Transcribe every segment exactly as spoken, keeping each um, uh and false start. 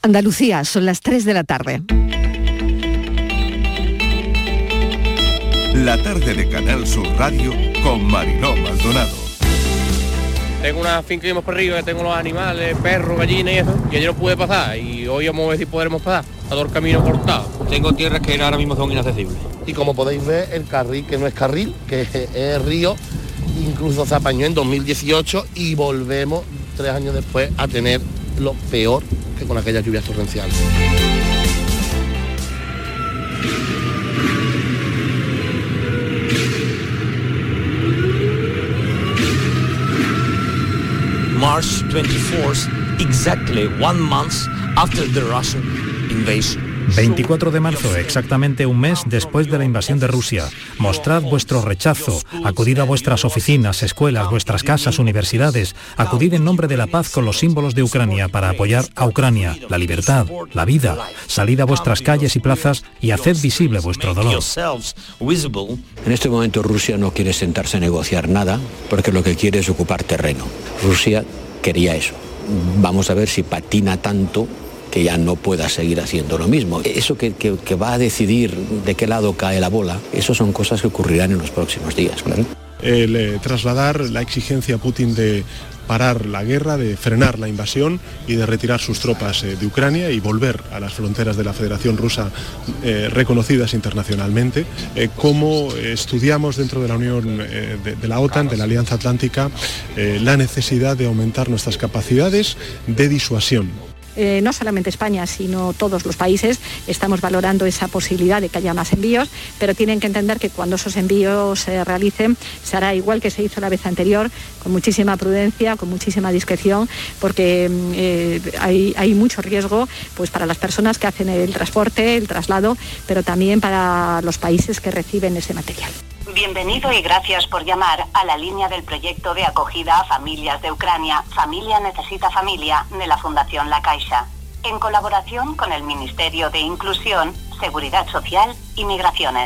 Andalucía, son las tres de la tarde. La tarde de Canal Sur Radio con Mariló Maldonado. Tengo una finca que hemos por arriba, tengo los animales, perros, gallinas y eso, y ayer no pude pasar, y hoy vamos a ver si podremos pasar. A todo el camino cortado. Tengo tierras que ahora mismo son inaccesibles. Y como podéis ver, el carril, que no es carril, que es río, incluso se apañó en dos mil dieciocho y volvemos tres años después a tener lo peor que con aquellas lluvias torrenciales. March twenty-fourth, exactly one month after the Russian invasion. veinticuatro de marzo, exactamente un mes después de la invasión de Rusia. Mostrad vuestro rechazo, acudid a vuestras oficinas, escuelas, vuestras casas, universidades, acudid en nombre de la paz con los símbolos de Ucrania para apoyar a Ucrania, la libertad, la vida. Salid a vuestras calles y plazas y haced visible vuestro dolor. En este momento Rusia no quiere sentarse a negociar nada porque lo que quiere es ocupar terreno. Rusia quería eso. Vamos a ver si patina tanto que ya no pueda seguir haciendo lo mismo. Eso que, que, que va a decidir de qué lado cae la bola, eso son cosas que ocurrirán en los próximos días, claro. El eh, trasladar la exigencia a Putin de parar la guerra, de frenar la invasión y de retirar sus tropas eh, de Ucrania y volver a las fronteras de la Federación Rusa eh, reconocidas internacionalmente. Eh, cómo eh, estudiamos dentro de la Unión eh, de, de la OTAN, de la Alianza Atlántica, eh, la necesidad de aumentar nuestras capacidades de disuasión. Eh, no solamente España, sino todos los países estamos valorando esa posibilidad de que haya más envíos, pero tienen que entender que cuando esos envíos se realicen se hará igual que se hizo la vez anterior, con muchísima prudencia, con muchísima discreción, porque eh, hay, hay mucho riesgo pues, para las personas que hacen el transporte, el traslado, pero también para los países que reciben ese material. Bienvenido y gracias por llamar a la línea del proyecto de acogida a familias de Ucrania, Familia Necesita Familia, de la Fundación La Caixa, en colaboración con el Ministerio de Inclusión, Seguridad Social y Migraciones.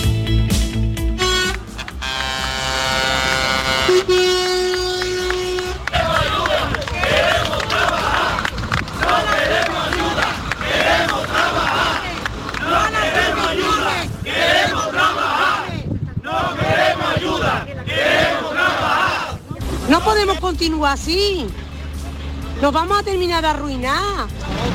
No podemos continuar así. Nos vamos a terminar de arruinar.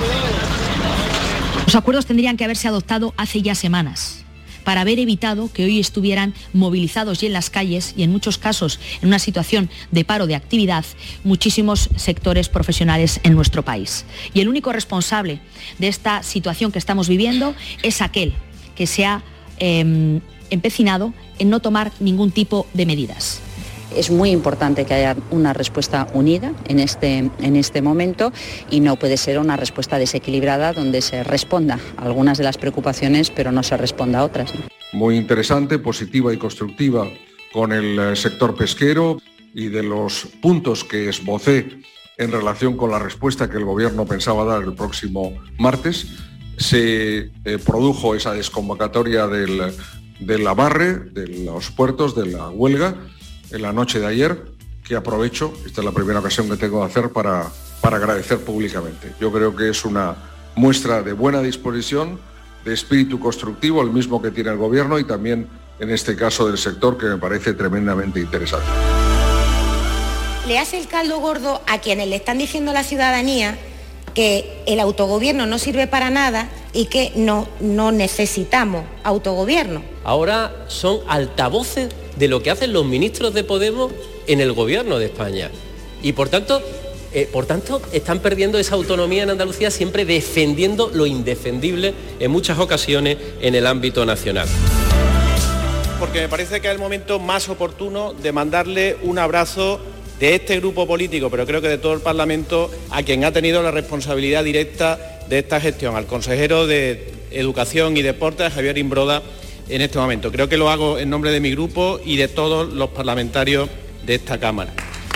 Los acuerdos tendrían que haberse adoptado hace ya semanas para haber evitado que hoy estuvieran movilizados y en las calles y en muchos casos en una situación de paro de actividad muchísimos sectores profesionales en nuestro país. Y el único responsable de esta situación que estamos viviendo es aquel que se ha eh, empecinado en no tomar ningún tipo de medidas. Es muy importante que haya una respuesta unida en este, en este momento y no puede ser una respuesta desequilibrada donde se responda a algunas de las preocupaciones pero no se responda a otras, ¿no? Muy interesante, positiva y constructiva con el sector pesquero y de los puntos que esbocé en relación con la respuesta que el Gobierno pensaba dar el próximo martes. Se eh, produjo esa desconvocatoria del, del amarre, de los puertos, de la huelga, en la noche de ayer, que aprovecho, esta es la primera ocasión que tengo de hacer para, para agradecer públicamente. Yo creo que es una muestra de buena disposición, de espíritu constructivo, el mismo que tiene el Gobierno y también, en este caso, del sector, que me parece tremendamente interesante. Le hace el caldo gordo a quienes le están diciendo a la ciudadanía que el autogobierno no sirve para nada y que no, no necesitamos autogobierno. Ahora son altavoces de lo que hacen los ministros de Podemos en el gobierno de España. Y por tanto, eh, por tanto, están perdiendo esa autonomía en Andalucía, siempre defendiendo lo indefendible en muchas ocasiones en el ámbito nacional. Porque me parece que es el momento más oportuno de mandarle un abrazo de este grupo político, pero creo que de todo el Parlamento, a quien ha tenido la responsabilidad directa de esta gestión, al consejero de Educación y Deportes, Javier Imbroda, en este momento. Creo que lo hago en nombre de mi grupo y de todos los parlamentarios de esta Cámara.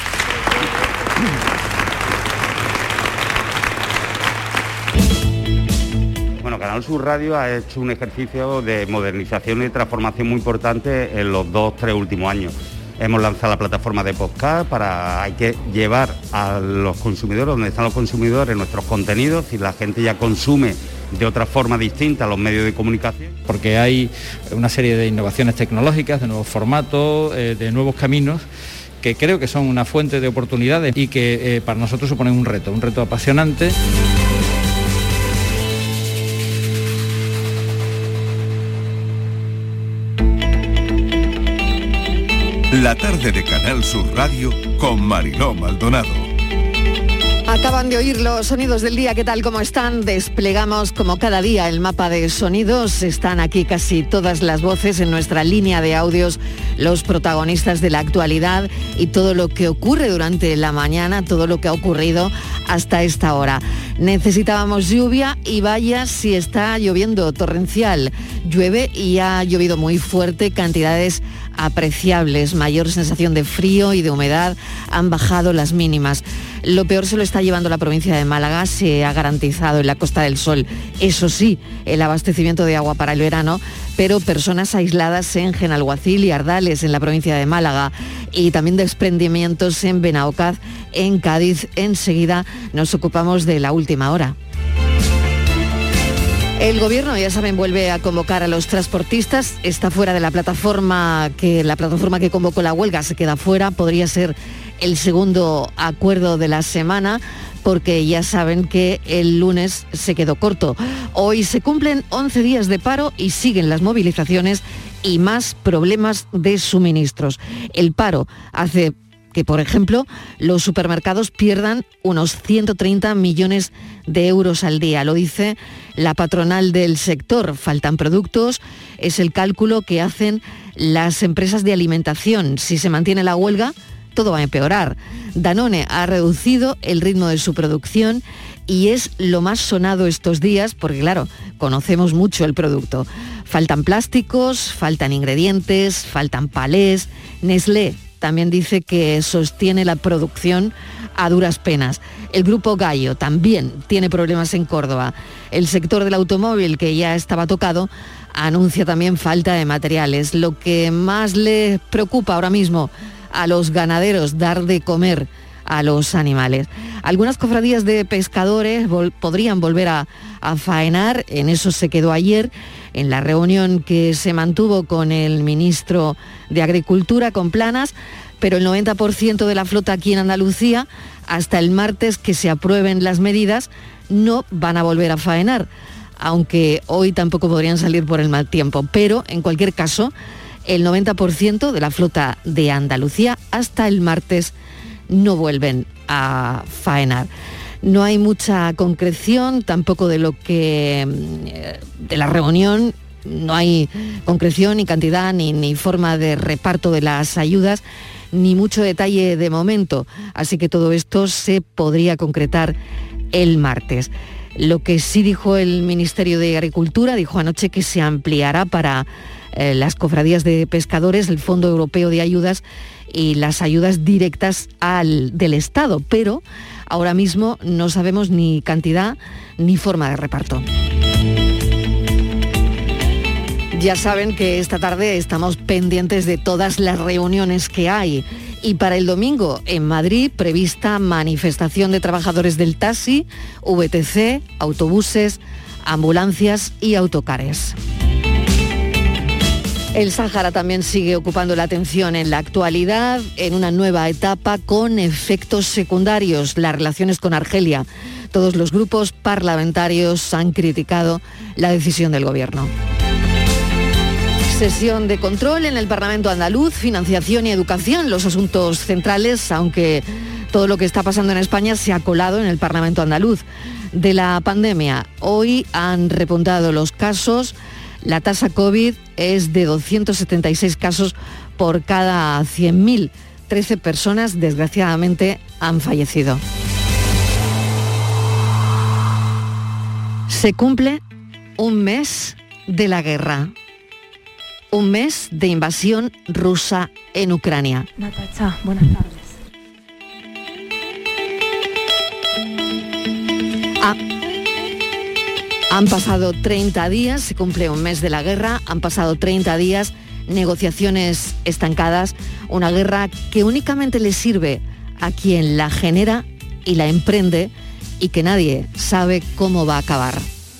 Bueno, Canal Sur Radio ha hecho un ejercicio de modernización y transformación muy importante en los dos, tres últimos años. hemos lanzado la plataforma de podcast para hay que llevar a los consumidores, donde están los consumidores, nuestros contenidos. Si la gente ya consume de otra forma distinta los medios de comunicación. Porque hay una serie de innovaciones tecnológicas, de nuevos formatos, eh, de nuevos caminos, que creo que son una fuente de oportunidades y que eh, para nosotros suponen un reto, un reto apasionante. La tarde de Canal Sur Radio con Mariló Maldonado. Acaban de oír los sonidos del día. ¿Qué tal? ¿Cómo están? Desplegamos como cada día el mapa de sonidos. Están aquí casi todas las voces en nuestra línea de audios, los protagonistas de la actualidad y todo lo que ocurre durante la mañana, todo lo que ha ocurrido hasta esta hora. Necesitábamos lluvia y vaya si está lloviendo torrencial. Llueve y ha llovido muy fuerte, cantidades apreciables, mayor sensación de frío y de humedad, han bajado las mínimas. Lo peor se lo está llevando la provincia de Málaga, se ha garantizado en la Costa del Sol, eso sí, el abastecimiento de agua para el verano, pero personas aisladas en Genalhuacil y Ardales, en la provincia de Málaga, y también desprendimientos en Benaocaz, en Cádiz. Enseguida nos ocupamos de la última hora. El gobierno, ya saben, vuelve a convocar a los transportistas. Está fuera de la plataforma que la plataforma que convocó la huelga, se queda fuera. Podría ser el segundo acuerdo de la semana, porque ya saben que el lunes se quedó corto. Hoy se cumplen once días de paro y siguen las movilizaciones y más problemas de suministros. El paro hace que, por ejemplo, los supermercados pierdan unos ciento treinta millones de euros al día. Lo dice la patronal del sector. Faltan productos, es el cálculo que hacen las empresas de alimentación. Si se mantiene la huelga, todo va a empeorar. Danone ha reducido el ritmo de su producción y es lo más sonado estos días porque, claro, conocemos mucho el producto. Faltan plásticos, faltan ingredientes, faltan palés. Nestlé también dice que sostiene la producción a duras penas. El grupo Gallo también tiene problemas en Córdoba. El sector del automóvil, que ya estaba tocado, anuncia también falta de materiales. Lo que más les preocupa ahora mismo a los ganaderos, dar de comer a los animales. Algunas cofradías de pescadores vol- podrían volver a, a faenar, en eso se quedó ayer, en la reunión que se mantuvo con el ministro de Agricultura, con Planas, pero el noventa por ciento de la flota aquí en Andalucía, hasta el martes que se aprueben las medidas, no van a volver a faenar, aunque hoy tampoco podrían salir por el mal tiempo. Pero, en cualquier caso, el noventa por ciento de la flota de Andalucía hasta el martes no vuelven a faenar. No hay mucha concreción tampoco de lo que de la reunión, no hay concreción ni cantidad ni, ni forma de reparto de las ayudas, ni mucho detalle de momento, así que todo esto se podría concretar el martes. Lo que sí dijo el Ministerio de Agricultura, dijo anoche que se ampliará para eh, las cofradías de pescadores el Fondo Europeo de Ayudas y las ayudas directas al, del Estado, pero ahora mismo no sabemos ni cantidad ni forma de reparto. Ya saben que esta tarde estamos pendientes de todas las reuniones que hay. Y para el domingo en Madrid, prevista manifestación de trabajadores del taxi, V T C, autobuses, ambulancias y autocares. El Sáhara también sigue ocupando la atención en la actualidad, en una nueva etapa con efectos secundarios, las relaciones con Argelia. Todos los grupos parlamentarios han criticado la decisión del gobierno. Sesión de control en el Parlamento andaluz, financiación y educación, los asuntos centrales, aunque todo lo que está pasando en España se ha colado en el Parlamento andaluz. De la pandemia, hoy han repuntado los casos. La tasa COVID es de doscientos setenta y seis casos por cada cien mil. trece personas, desgraciadamente, han fallecido. Se cumple un mes de la guerra. Un mes de invasión rusa en Ucrania. Natacha, buenas tardes. Ah, han pasado treinta días, se cumple un mes de la guerra, han pasado treinta días negociaciones estancadas, una guerra que únicamente le sirve a quien la genera y la emprende y que nadie sabe cómo va a acabar.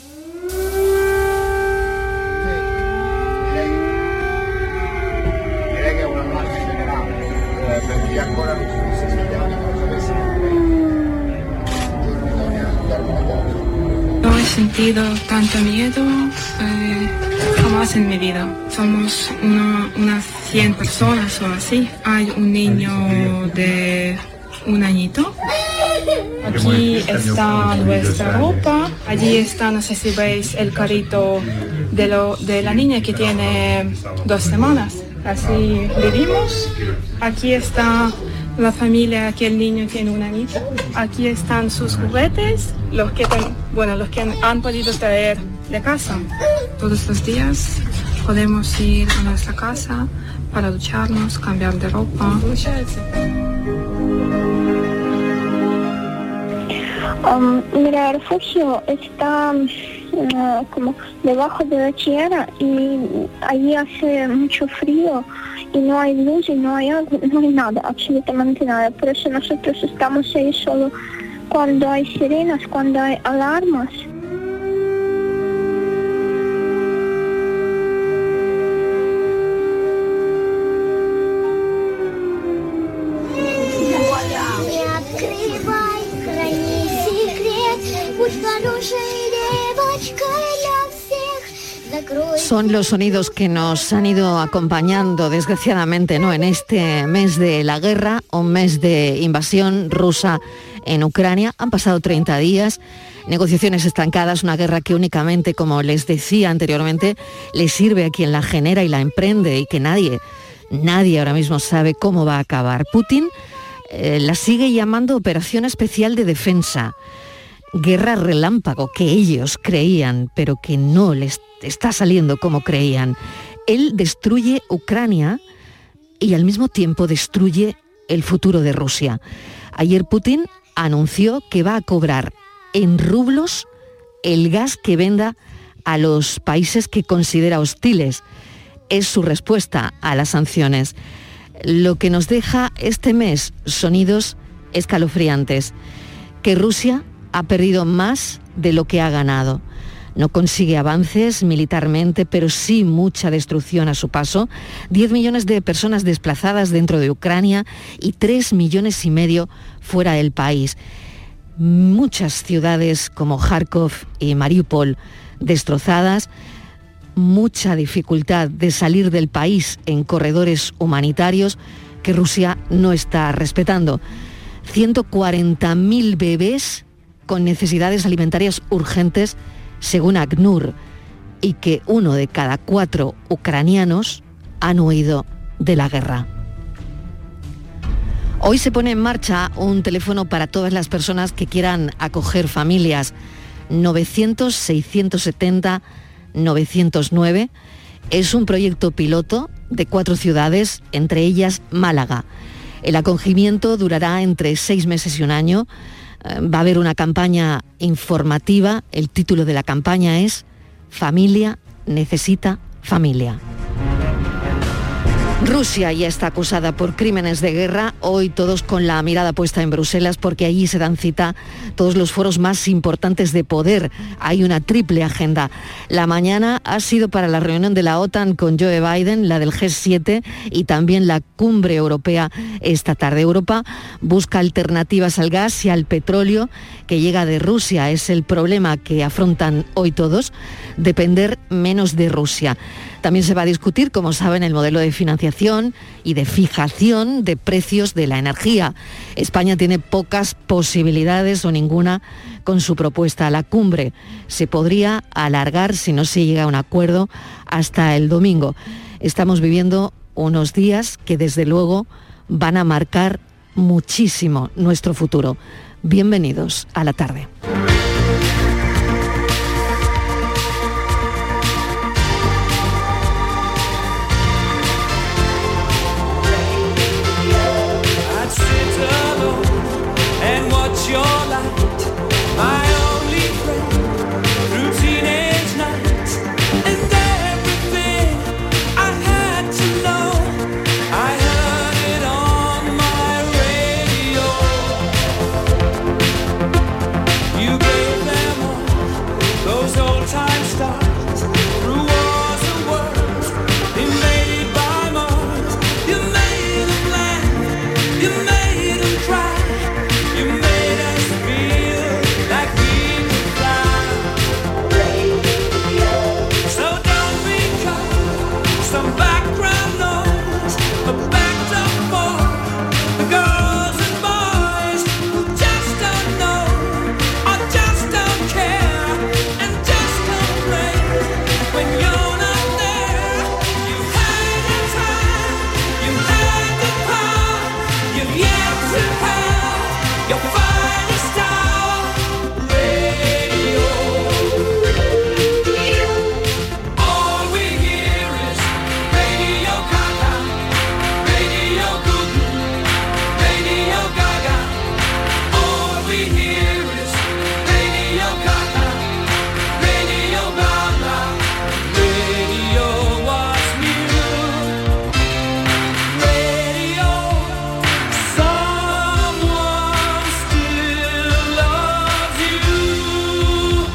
No he sentido tanto miedo eh, jamás en mi vida. Somos una, unas cien personas o así. Hay un niño de un añito. Aquí está nuestra ropa. Allí está, no sé si veis, el carrito de, lo, de la niña que tiene dos semanas. Así vivimos. Aquí está la familia que el niño tiene un añito. Aquí están sus juguetes, los que, ten, bueno, los que han podido traer de casa. Todos los días podemos ir a nuestra casa para ducharnos, cambiar de ropa. Um, mira, el refugio está uh, como debajo de la tierra y allí hace mucho frío y no hay luz y no hay agua, no hay nada, absolutamente nada. Por eso nosotros estamos ahí solo cuando hay sirenas, cuando hay alarmas. Son los sonidos que nos han ido acompañando, desgraciadamente, ¿no?, en este mes de la guerra, un mes de invasión rusa en Ucrania. Han pasado treinta días, negociaciones estancadas, una guerra que únicamente, como les decía anteriormente, le sirve a quien la genera y la emprende y que nadie, nadie ahora mismo sabe cómo va a acabar. Putin eh, la sigue llamando Operación Especial de Defensa. Guerra relámpago que ellos creían, pero que no les está saliendo como creían. Él destruye Ucrania y al mismo tiempo destruye el futuro de Rusia. Ayer Putin anunció que va a cobrar en rublos el gas que venda a los países que considera hostiles. Es su respuesta a las sanciones. Lo que nos deja este mes sonidos escalofriantes. Que Rusia ha perdido más de lo que ha ganado. No consigue avances militarmente, pero sí mucha destrucción a su paso. Diez millones de personas desplazadas dentro de Ucrania y tres millones y medio fuera del país. Muchas ciudades como Kharkov y Mariupol destrozadas. Mucha dificultad de salir del país en corredores humanitarios que Rusia no está respetando. ciento cuarenta mil bebés con necesidades alimentarias urgentes, según ACNUR, y que uno de cada cuatro ucranianos han huido de la guerra. Hoy se pone en marcha un teléfono para todas las personas que quieran acoger familias, novecientos seiscientos setenta novecientos nueve. Es un proyecto piloto de cuatro ciudades, entre ellas Málaga. El acogimiento durará entre seis meses y un año. Va a haber una campaña informativa. El título de la campaña es Familia necesita familia. Rusia ya está acusada por crímenes de guerra, hoy todos con la mirada puesta en Bruselas porque allí se dan cita todos los foros más importantes de poder. Hay una triple agenda. La mañana ha sido para la reunión de la OTAN con Joe Biden, la del G siete y también la cumbre europea esta tarde. Europa busca alternativas al gas y al petróleo que llega de Rusia. Es el problema que afrontan hoy todos, depender menos de Rusia. También se va a discutir, como saben, el modelo de financiación y de fijación de precios de la energía. España tiene pocas posibilidades o ninguna con su propuesta. La cumbre se podría alargar, si no se llega a un acuerdo, hasta el domingo. Estamos viviendo unos días que desde luego van a marcar muchísimo nuestro futuro. Bienvenidos a la tarde. those old time stars, through wars and worlds, invaded by Mars. You made them laugh, you made them cry, you made us feel like we could fly. So don't become some background noise, a backed up for the girls and boys who just don't know or just don't care and just complain when you're not there. You had the time, you had the power, you've yet to have your finest hour. Radio. All we hear is Radio Gaga, Radio Goo, Radio Gaga. All we hear is Radio Gaga, Radio Gaga. Radio was new. Radio, someone still loves you.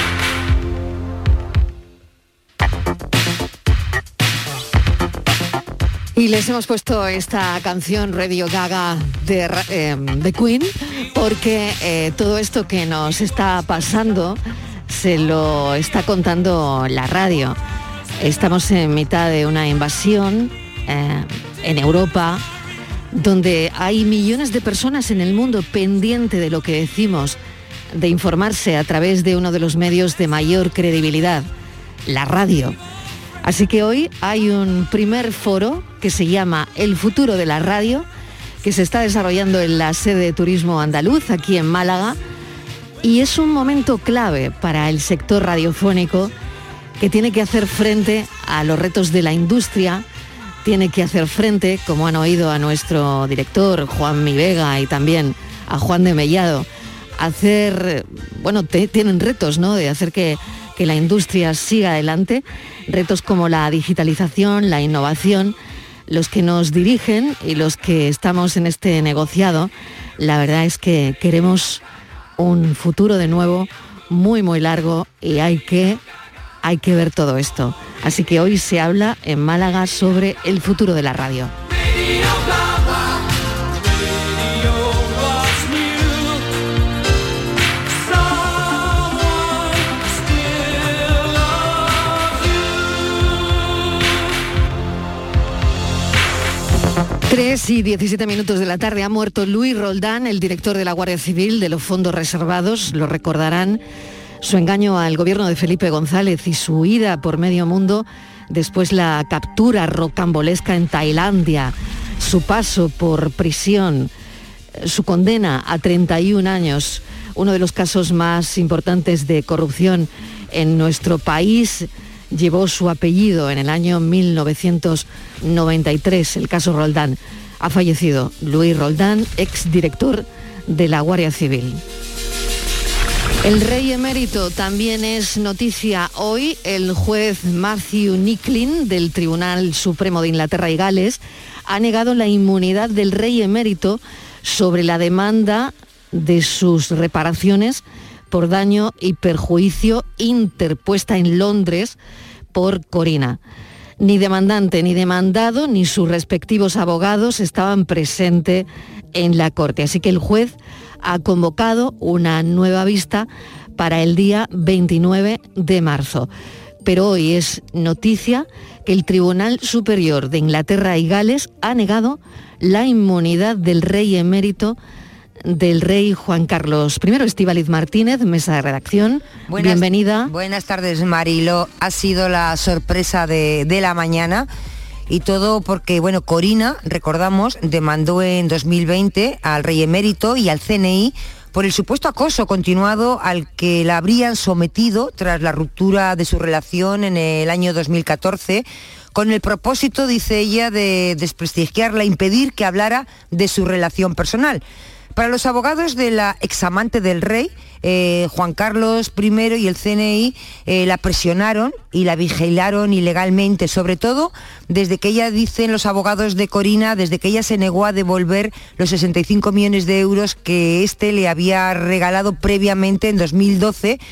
Y les hemos puesto esta canción Radio Gaga de, Ra- eh, de Queen porque eh, todo esto que nos está pasando se lo está contando la radio. Estamos en mitad de una invasión eh, en Europa donde hay millones de personas en el mundo pendiente de lo que decimos, de informarse a través de uno de los medios de mayor credibilidad, la radio. Así que hoy hay un primer foro que se llama El futuro de la radio, que se está desarrollando en la sede de Turismo Andaluz, aquí en Málaga, y es un momento clave para el sector radiofónico que tiene que hacer frente a los retos de la industria, tiene que hacer frente, como han oído a nuestro director Juan Mi Vega y también a Juan de Mellado, hacer, bueno, te, tienen retos, ¿no?, de hacer que, que la industria siga adelante, retos como la digitalización, la innovación. Los que nos dirigen y los que estamos en este negociado, la verdad es que queremos un futuro de nuevo muy muy largo y hay que, hay que ver todo esto. Así que hoy se habla en Málaga sobre el futuro de la radio. tres y diecisiete minutos de la tarde. Ha muerto Luis Roldán, el director de la Guardia Civil de los fondos reservados. Lo recordarán, su engaño al gobierno de Felipe González y su huida por medio mundo, después la captura rocambolesca en Tailandia, su paso por prisión, su condena a treinta y un años, uno de los casos más importantes de corrupción en nuestro país. Llevó su apellido en el año mil novecientos noventa y tres, el caso Roldán. Ha fallecido Luis Roldán, exdirector de la Guardia Civil. El rey emérito también es noticia hoy. El juez Matthew Nicklin del Tribunal Supremo de Inglaterra y Gales ha negado la inmunidad del rey emérito sobre la demanda de sus reparaciones por daño y perjuicio interpuesta en Londres por Corina. Ni demandante ni demandado ni sus respectivos abogados estaban presentes en la corte, así que el juez ha convocado una nueva vista para el día veintinueve de marzo. Pero hoy es noticia que el Tribunal Superior de Inglaterra y Gales ha negado la inmunidad del rey emérito del rey Juan Carlos primero. Estíbaliz Martínez, mesa de redacción, buenas, bienvenida. Buenas tardes, Marilo. Ha sido la sorpresa de, de la mañana y todo porque, bueno, Corina, recordamos, demandó en dos mil veinte al rey emérito y al C N I por el supuesto acoso continuado al que la habrían sometido tras la ruptura de su relación en el año dos mil catorce, con el propósito, dice ella, de desprestigiarla, impedir que hablara de su relación personal. Para los abogados de la examante del rey, eh, Juan Carlos primero y el C N I eh, la presionaron y la vigilaron ilegalmente, sobre todo desde que ella, dicen los abogados de Corina, desde que ella se negó a devolver los sesenta y cinco millones de euros que éste le había regalado previamente en dos mil doce,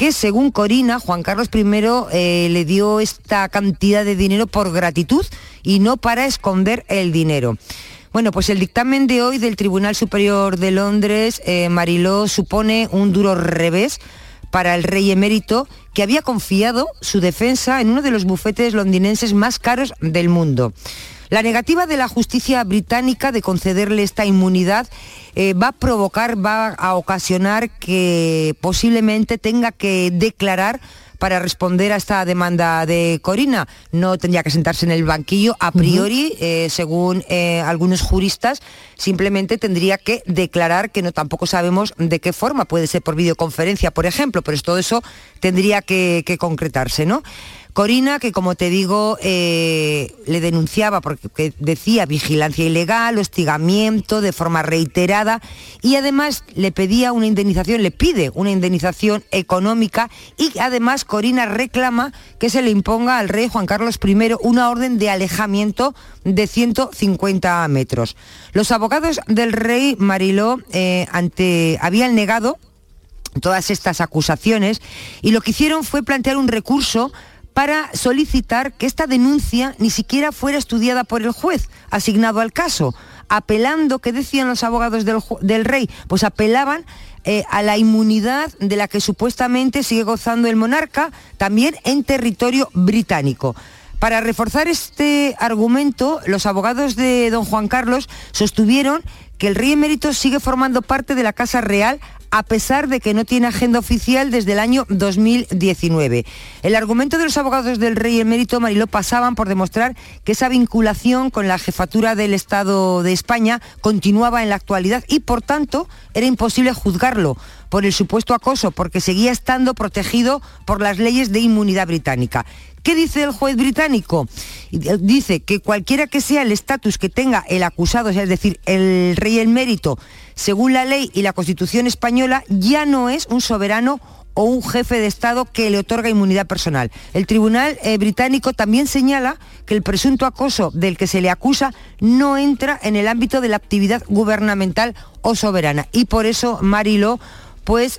que según Corina, Juan Carlos primero eh, le dio esta cantidad de dinero por gratitud y no para esconder el dinero. Bueno, pues el dictamen de hoy del Tribunal Superior de Londres, eh, Mariló, supone un duro revés para el rey emérito, que había confiado su defensa en uno de los bufetes londinenses más caros del mundo. La negativa de la justicia británica de concederle esta inmunidad eh, va a provocar, va a ocasionar que posiblemente tenga que declarar para responder a esta demanda de Corina. No tendría que sentarse en el banquillo a priori, uh-huh. eh, según eh, algunos juristas, simplemente tendría que declarar, que no tampoco sabemos de qué forma, puede ser por videoconferencia, por ejemplo, pero todo eso tendría que, que concretarse, ¿no? Corina, que como te digo, eh, le denunciaba porque decía vigilancia ilegal, hostigamiento de forma reiterada, y además le pedía una indemnización, le pide una indemnización económica, y además Corina reclama que se le imponga al rey Juan Carlos primero una orden de alejamiento de ciento cincuenta metros. Los abogados del rey, Mariló, eh, ante, habían negado todas estas acusaciones, y lo que hicieron fue plantear un recurso para solicitar que esta denuncia ni siquiera fuera estudiada por el juez asignado al caso, apelando, ¿qué decían los abogados del, del rey? Pues apelaban eh, a la inmunidad de la que supuestamente sigue gozando el monarca, también en territorio británico. Para reforzar este argumento, los abogados de don Juan Carlos sostuvieron que el rey emérito sigue formando parte de la Casa Real a pesar de que no tiene agenda oficial desde el año dos mil diecinueve. El argumento de los abogados del rey emérito, Mariló, pasaban por demostrar que esa vinculación con la jefatura del Estado de España continuaba en la actualidad y, por tanto, era imposible juzgarlo por el supuesto acoso, porque seguía estando protegido por las leyes de inmunidad británica. ¿Qué dice el juez británico? Dice que cualquiera que sea el estatus que tenga el acusado, es decir, el rey emérito, según la ley y la Constitución española, ya no es un soberano o un jefe de Estado que le otorga inmunidad personal. El tribunal eh, británico también señala que el presunto acoso del que se le acusa no entra en el ámbito de la actividad gubernamental o soberana. Y por eso, Mariló, pues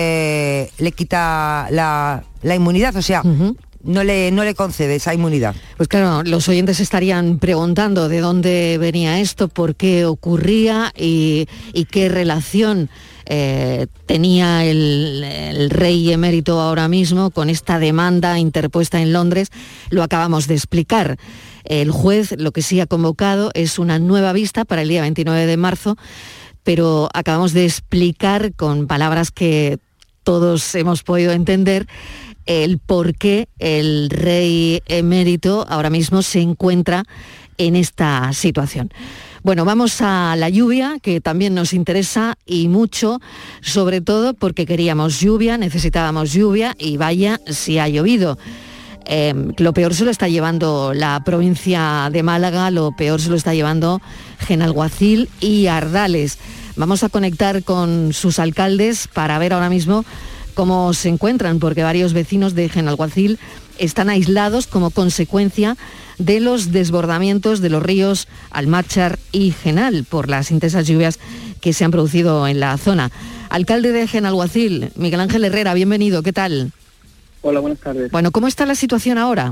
eh, le quita la, la inmunidad, o sea... Uh-huh. No le, no le concede esa inmunidad. Pues claro, los oyentes estarían preguntando de dónde venía esto, por qué ocurría y, y qué relación eh, tenía el, el rey emérito ahora mismo con esta demanda interpuesta en Londres. Lo acabamos de explicar. El juez lo que sí ha convocado es una nueva vista para el día veintinueve de marzo, pero acabamos de explicar con palabras que todos hemos podido entender el por qué el rey emérito ahora mismo se encuentra en esta situación. Bueno, vamos a la lluvia, que también nos interesa y mucho, sobre todo porque queríamos lluvia, necesitábamos lluvia y vaya si ha llovido. Eh, lo peor se lo está llevando la provincia de Málaga, lo peor se lo está llevando Genalguacil y Ardales. Vamos a conectar con sus alcaldes para ver ahora mismo cómo se encuentran, porque varios vecinos de Genalguacil están aislados como consecuencia de los desbordamientos de los ríos Almáchar y Genal por las intensas lluvias que se han producido en la zona. Alcalde de Genalguacil, Miguel Ángel Herrera, bienvenido, ¿qué tal? Hola, buenas tardes. Bueno, ¿cómo está la situación ahora?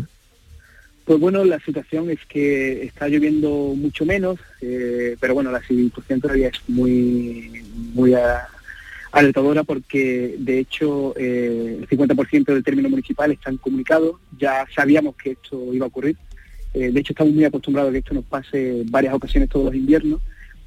Pues bueno, la situación es que está lloviendo mucho menos, eh, pero bueno, la situación todavía es muy, muy a, alertadora porque de hecho eh, el cincuenta por ciento del término municipal están comunicados, ya sabíamos que esto iba a ocurrir, eh, de hecho estamos muy acostumbrados a que esto nos pase varias ocasiones todos los inviernos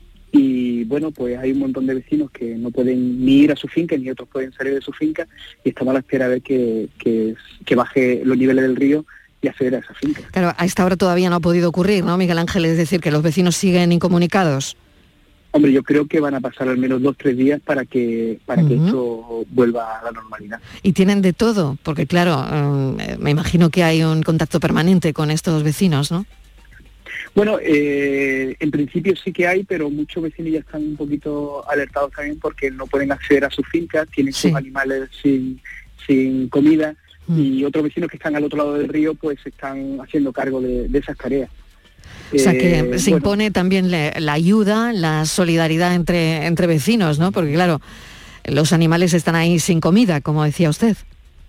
y bueno, pues hay un montón de vecinos que no pueden ni ir a su finca ni otros pueden salir de su finca y estamos a la espera de ver que, que, que baje los niveles del río y acceder a esa finca. Claro, a esta hora todavía no ha podido ocurrir, ¿no, Miguel Ángel? Es decir, que los vecinos siguen incomunicados. Hombre, yo creo que van a pasar al menos dos o tres días para que para uh-huh. que esto vuelva a la normalidad. Y tienen de todo, porque claro, eh, me imagino que hay un contacto permanente con estos vecinos, ¿no? Bueno, eh, en principio sí que hay, pero muchos vecinos ya están un poquito alertados también porque no pueden acceder a sus fincas, tienen sí. sus animales sin, sin comida uh-huh. y otros vecinos que están al otro lado del río pues están haciendo cargo de, de esas tareas. O sea que eh, se bueno. impone también le, la ayuda, la solidaridad entre, entre vecinos, ¿no? Porque claro, los animales están ahí sin comida, como decía usted.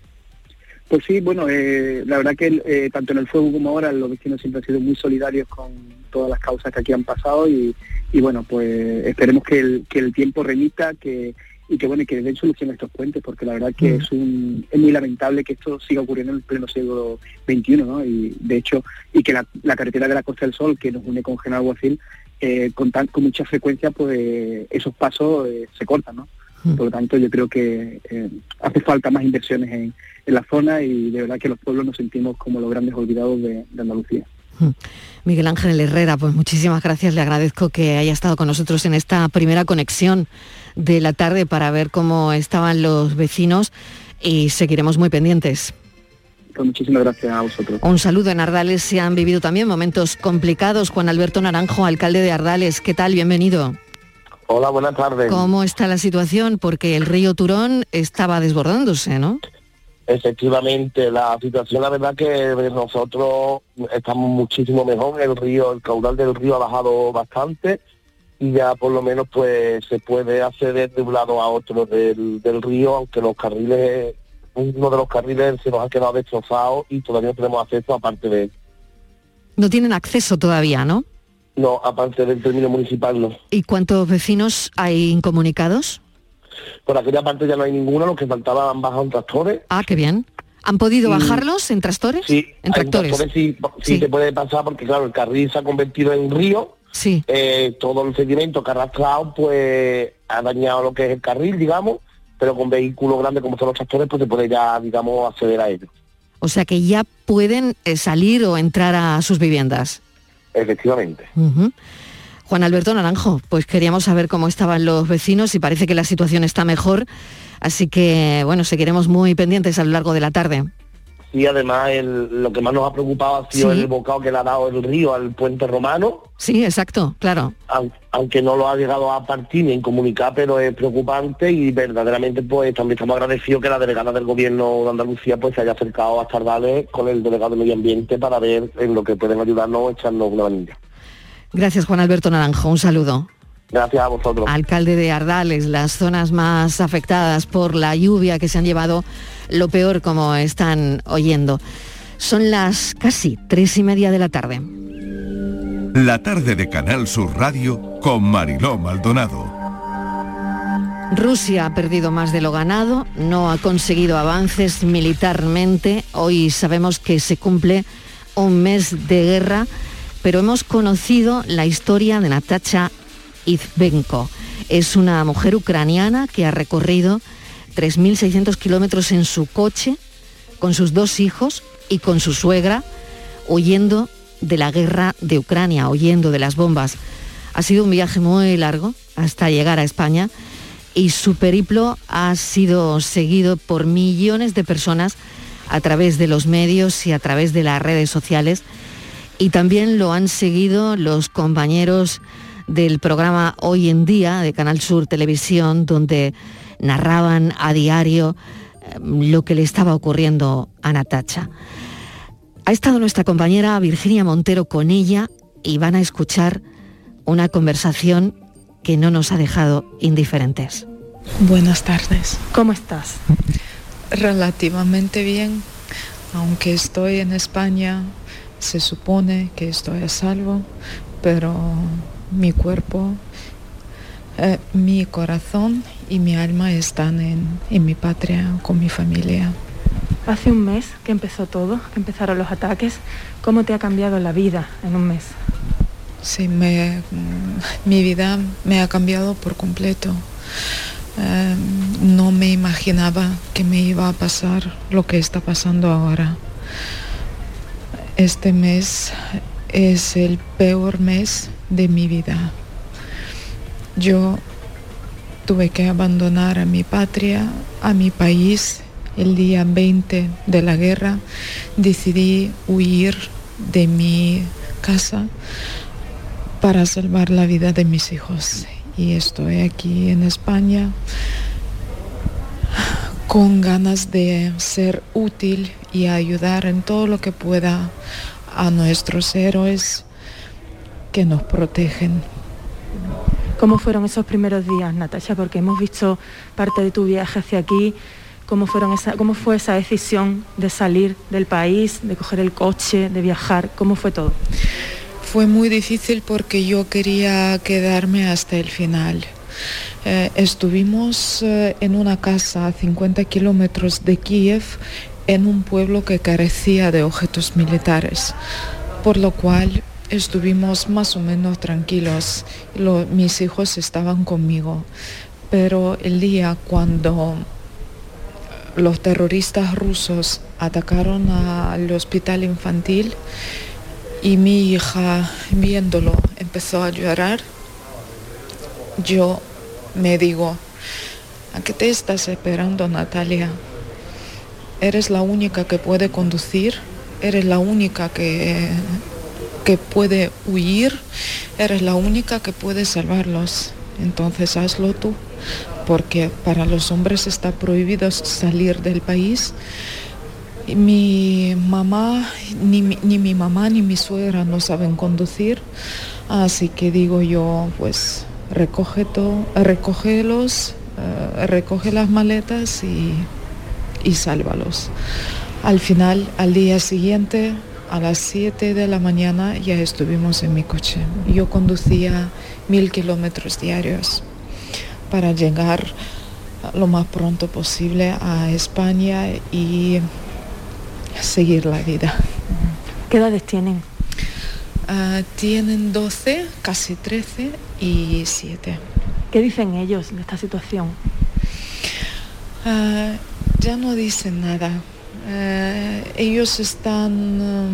Pues sí, bueno, eh, la verdad que eh, tanto en el fuego como ahora los vecinos siempre han sido muy solidarios con todas las causas que aquí han pasado y, y bueno, pues esperemos que el, que el tiempo remita que, y que bueno, y que den solución a estos puentes, porque la verdad que mm. es un es muy lamentable que esto siga ocurriendo en el pleno siglo veintiuno, ¿no? Y de hecho, y que la, la carretera de la Costa del Sol, que nos une con Genalguacil, eh, con, tan, con mucha frecuencia, pues esos pasos eh, se cortan, ¿no? Mm. Por lo tanto, yo creo que eh, hace falta más inversiones en, en la zona y de verdad que los pueblos nos sentimos como los grandes olvidados de, de Andalucía. Miguel Ángel Herrera, pues muchísimas gracias, le agradezco que haya estado con nosotros en esta primera conexión de la tarde para ver cómo estaban los vecinos y seguiremos muy pendientes. Pues muchísimas gracias a vosotros. Un saludo. En Ardales se han vivido también momentos complicados. Juan Alberto Naranjo, alcalde de Ardales, ¿qué tal? Bienvenido. Hola, buenas tardes. ¿Cómo está la situación? Porque el río Turón estaba desbordándose, ¿no? Efectivamente, la situación, la verdad que nosotros estamos muchísimo mejor. El río, el caudal del río ha bajado bastante y ya por lo menos pues se puede acceder de un lado a otro del, del río, aunque los carriles, uno de los carriles se nos ha quedado destrozado y todavía no tenemos acceso aparte de él. No tienen acceso todavía, ¿no? No, aparte del término municipal no. ¿Y cuántos vecinos hay incomunicados? Por aquella parte ya no hay ninguno, los que faltaban bajan tractores. Ah, qué bien. ¿Han podido bajarlos en tractores? Sí, en tractores. tractores sí, sí, sí se puede pasar porque claro, el carril se ha convertido en río. Sí. Eh, todo el sedimento que ha arrastrado pues ha dañado lo que es el carril, digamos, pero con vehículos grandes como son los tractores pues se puede ya, digamos, acceder a ellos. O sea que ya pueden eh, salir o entrar a sus viviendas. Efectivamente. Uh-huh. Juan Alberto Naranjo, pues queríamos saber cómo estaban los vecinos y parece que la situación está mejor, así que bueno, seguiremos muy pendientes a lo largo de la tarde. Sí, además el, lo que más nos ha preocupado ha sido sí. el bocado que le ha dado el río al puente romano. Sí, exacto, claro. Aunque no lo ha llegado a partir ni en comunicar, pero es preocupante y verdaderamente pues también estamos agradecidos que la delegada del gobierno de Andalucía pues se haya acercado hasta Ardales con el delegado de Medio Ambiente para ver en lo que pueden ayudarnos, echarnos una manilla. Gracias, Juan Alberto Naranjo, un saludo. Gracias a vosotros. Alcalde de Ardales, las zonas más afectadas por la lluvia que se han llevado lo peor, como están oyendo. Son las casi tres y media de la tarde. La tarde de Canal Sur Radio con Mariló Maldonado. Rusia ha perdido más de lo ganado, no ha conseguido avances militarmente. Hoy sabemos que se cumple un mes de guerra, pero hemos conocido la historia de Natasha Izbenko. Es una mujer ucraniana que ha recorrido tres mil seiscientos kilómetros en su coche con sus dos hijos y con su suegra, huyendo de la guerra de Ucrania, huyendo de las bombas. Ha sido un viaje muy largo hasta llegar a España y su periplo ha sido seguido por millones de personas a través de los medios y a través de las redes sociales. Y también lo han seguido los compañeros del programa Hoy en Día de Canal Sur Televisión, donde narraban a diario eh, lo que le estaba ocurriendo a Natasha. Ha estado nuestra compañera Virginia Montero con ella y van a escuchar una conversación que no nos ha dejado indiferentes. Buenas tardes. ¿Cómo estás? Relativamente bien, aunque estoy en España. Se supone que estoy a salvo, pero mi cuerpo, eh, mi corazón y mi alma están en, en mi patria, con mi familia. Hace un mes que empezó todo, que empezaron los ataques. ¿Cómo te ha cambiado la vida en un mes? Sí, me, mi vida me ha cambiado por completo. Eh, no me imaginaba que me iba a pasar lo que está pasando ahora. Este mes es el peor mes de mi vida. Yo tuve que abandonar a mi patria, a mi país, el día veinte de la guerra. Decidí huir de mi casa para salvar la vida de mis hijos. Y estoy aquí en España con ganas de ser útil y ayudar en todo lo que pueda a nuestros héroes que nos protegen. ¿Cómo fueron esos primeros días, Natasha? Porque hemos visto parte de tu viaje hacia aquí ¿Cómo, fueron esa, ¿Cómo fue esa decisión de salir del país, de coger el coche, de viajar? ¿Cómo fue todo? Fue muy difícil porque yo quería quedarme hasta el final. Eh, estuvimos eh, en una casa a cincuenta kilómetros de Kiev, en un pueblo que carecía de objetos militares, por lo cual estuvimos más o menos tranquilos. Lo, mis hijos estaban conmigo, pero el día cuando los terroristas rusos atacaron al hospital infantil y mi hija, viéndolo, empezó a llorar, yo me digo, ¿a qué te estás esperando, Natalia? Eres la única que puede conducir, eres la única que, que puede huir, eres la única que puede salvarlos. Entonces hazlo tú, porque para los hombres está prohibido salir del país. Mi mamá, ni mi, ni mi mamá ni mi suegra no saben conducir, así que digo yo, pues recoge todo, recógelos, uh, recoge las maletas y, y sálvalos. Al final, al día siguiente, a las siete de la mañana, ya estuvimos en mi coche. Yo conducía mil kilómetros diarios para llegar lo más pronto posible a España y seguir la vida. ¿Qué edades tienen? Uh, tienen doce, casi trece y siete. ¿Qué dicen ellos de esta situación? Uh, ya no dicen nada. Uh, ellos están um,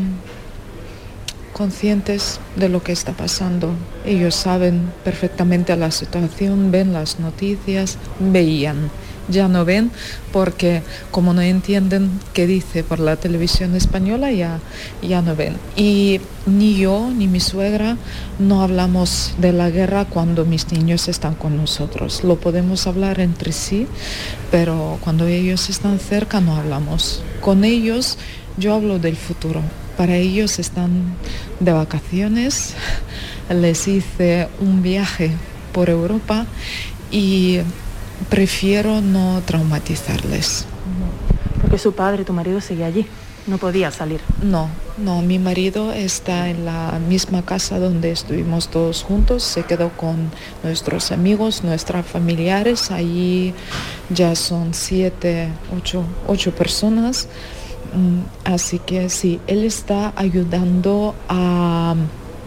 conscientes de lo que está pasando. Ellos saben perfectamente la situación, ven las noticias, veían. Ya no ven porque como no entienden qué dice por la televisión española, ya, ya no ven. Y ni yo ni mi suegra no hablamos de la guerra cuando mis niños están con nosotros. Lo podemos hablar entre sí, pero cuando ellos están cerca no hablamos. Con ellos yo hablo del futuro. Para ellos están de vacaciones. Les hice un viaje por Europa y prefiero no traumatizarles. Porque su padre, tu marido, sigue allí, no podía salir. No, no, mi marido está en la misma casa donde estuvimos todos juntos, se quedó con nuestros amigos, nuestros familiares, allí ya son siete, ocho, ocho personas, así que sí, él está ayudando a...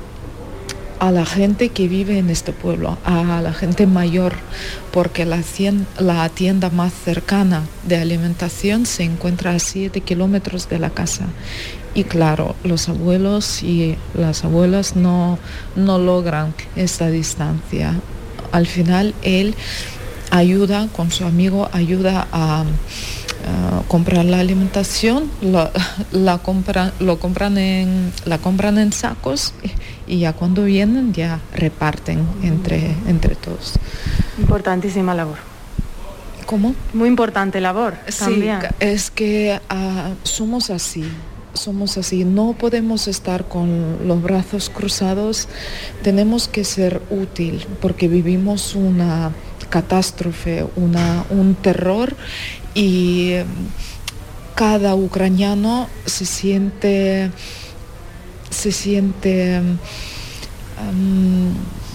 a la gente que vive en este pueblo, a la gente mayor, porque la tienda, la tienda más cercana de alimentación se encuentra a siete kilómetros de la casa. Y claro, los abuelos y las abuelas no, no logran esta distancia. Al final él ayuda, con su amigo, ayuda a Uh, comprar la alimentación, la, la, compra, lo compran en, la compran en sacos y, y ya cuando vienen ya reparten entre, entre todos. Importantísima labor. ¿Cómo? Muy importante labor también. Sí, es que uh, somos así, somos así, no podemos estar con los brazos cruzados, tenemos que ser útil porque vivimos una catástrofe, una, un terror y cada ucraniano se siente se siente um,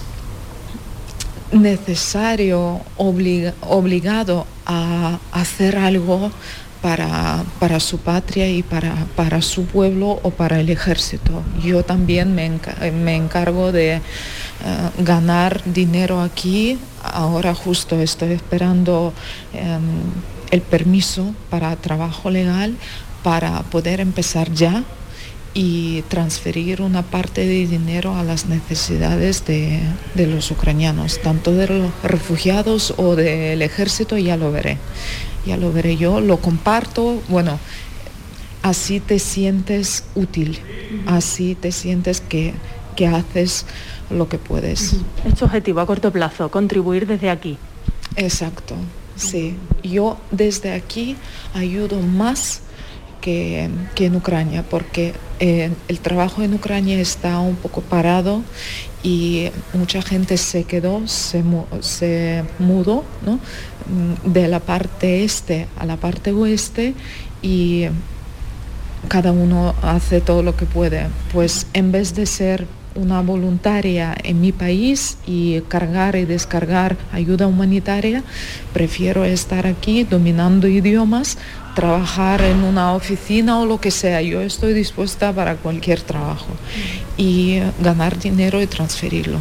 necesario, obliga, obligado a hacer algo para, para su patria y para, para su pueblo o para el ejército. Yo también me, enca- me encargo de uh, ganar dinero aquí. Ahora justo estoy esperando um, el permiso para trabajo legal para poder empezar ya y transferir una parte de dinero a las necesidades de, de los ucranianos, tanto de los refugiados o del ejército, ya lo veré. Ya lo veré yo, lo comparto, bueno, así te sientes útil, así te sientes que, que haces lo que puedes. Es tu objetivo a corto plazo, contribuir desde aquí. Exacto, sí. Yo desde aquí ayudo más que, que en Ucrania, porque eh, el trabajo en Ucrania está un poco parado y mucha gente se quedó, se, mu- se mudó, ¿no?, de la parte este a la parte oeste, y cada uno hace todo lo que puede. Pues en vez de ser una voluntaria en mi país y cargar y descargar ayuda humanitaria, prefiero estar aquí dominando idiomas, trabajar en una oficina o lo que sea. Yo estoy dispuesta para cualquier trabajo y ganar dinero y transferirlo.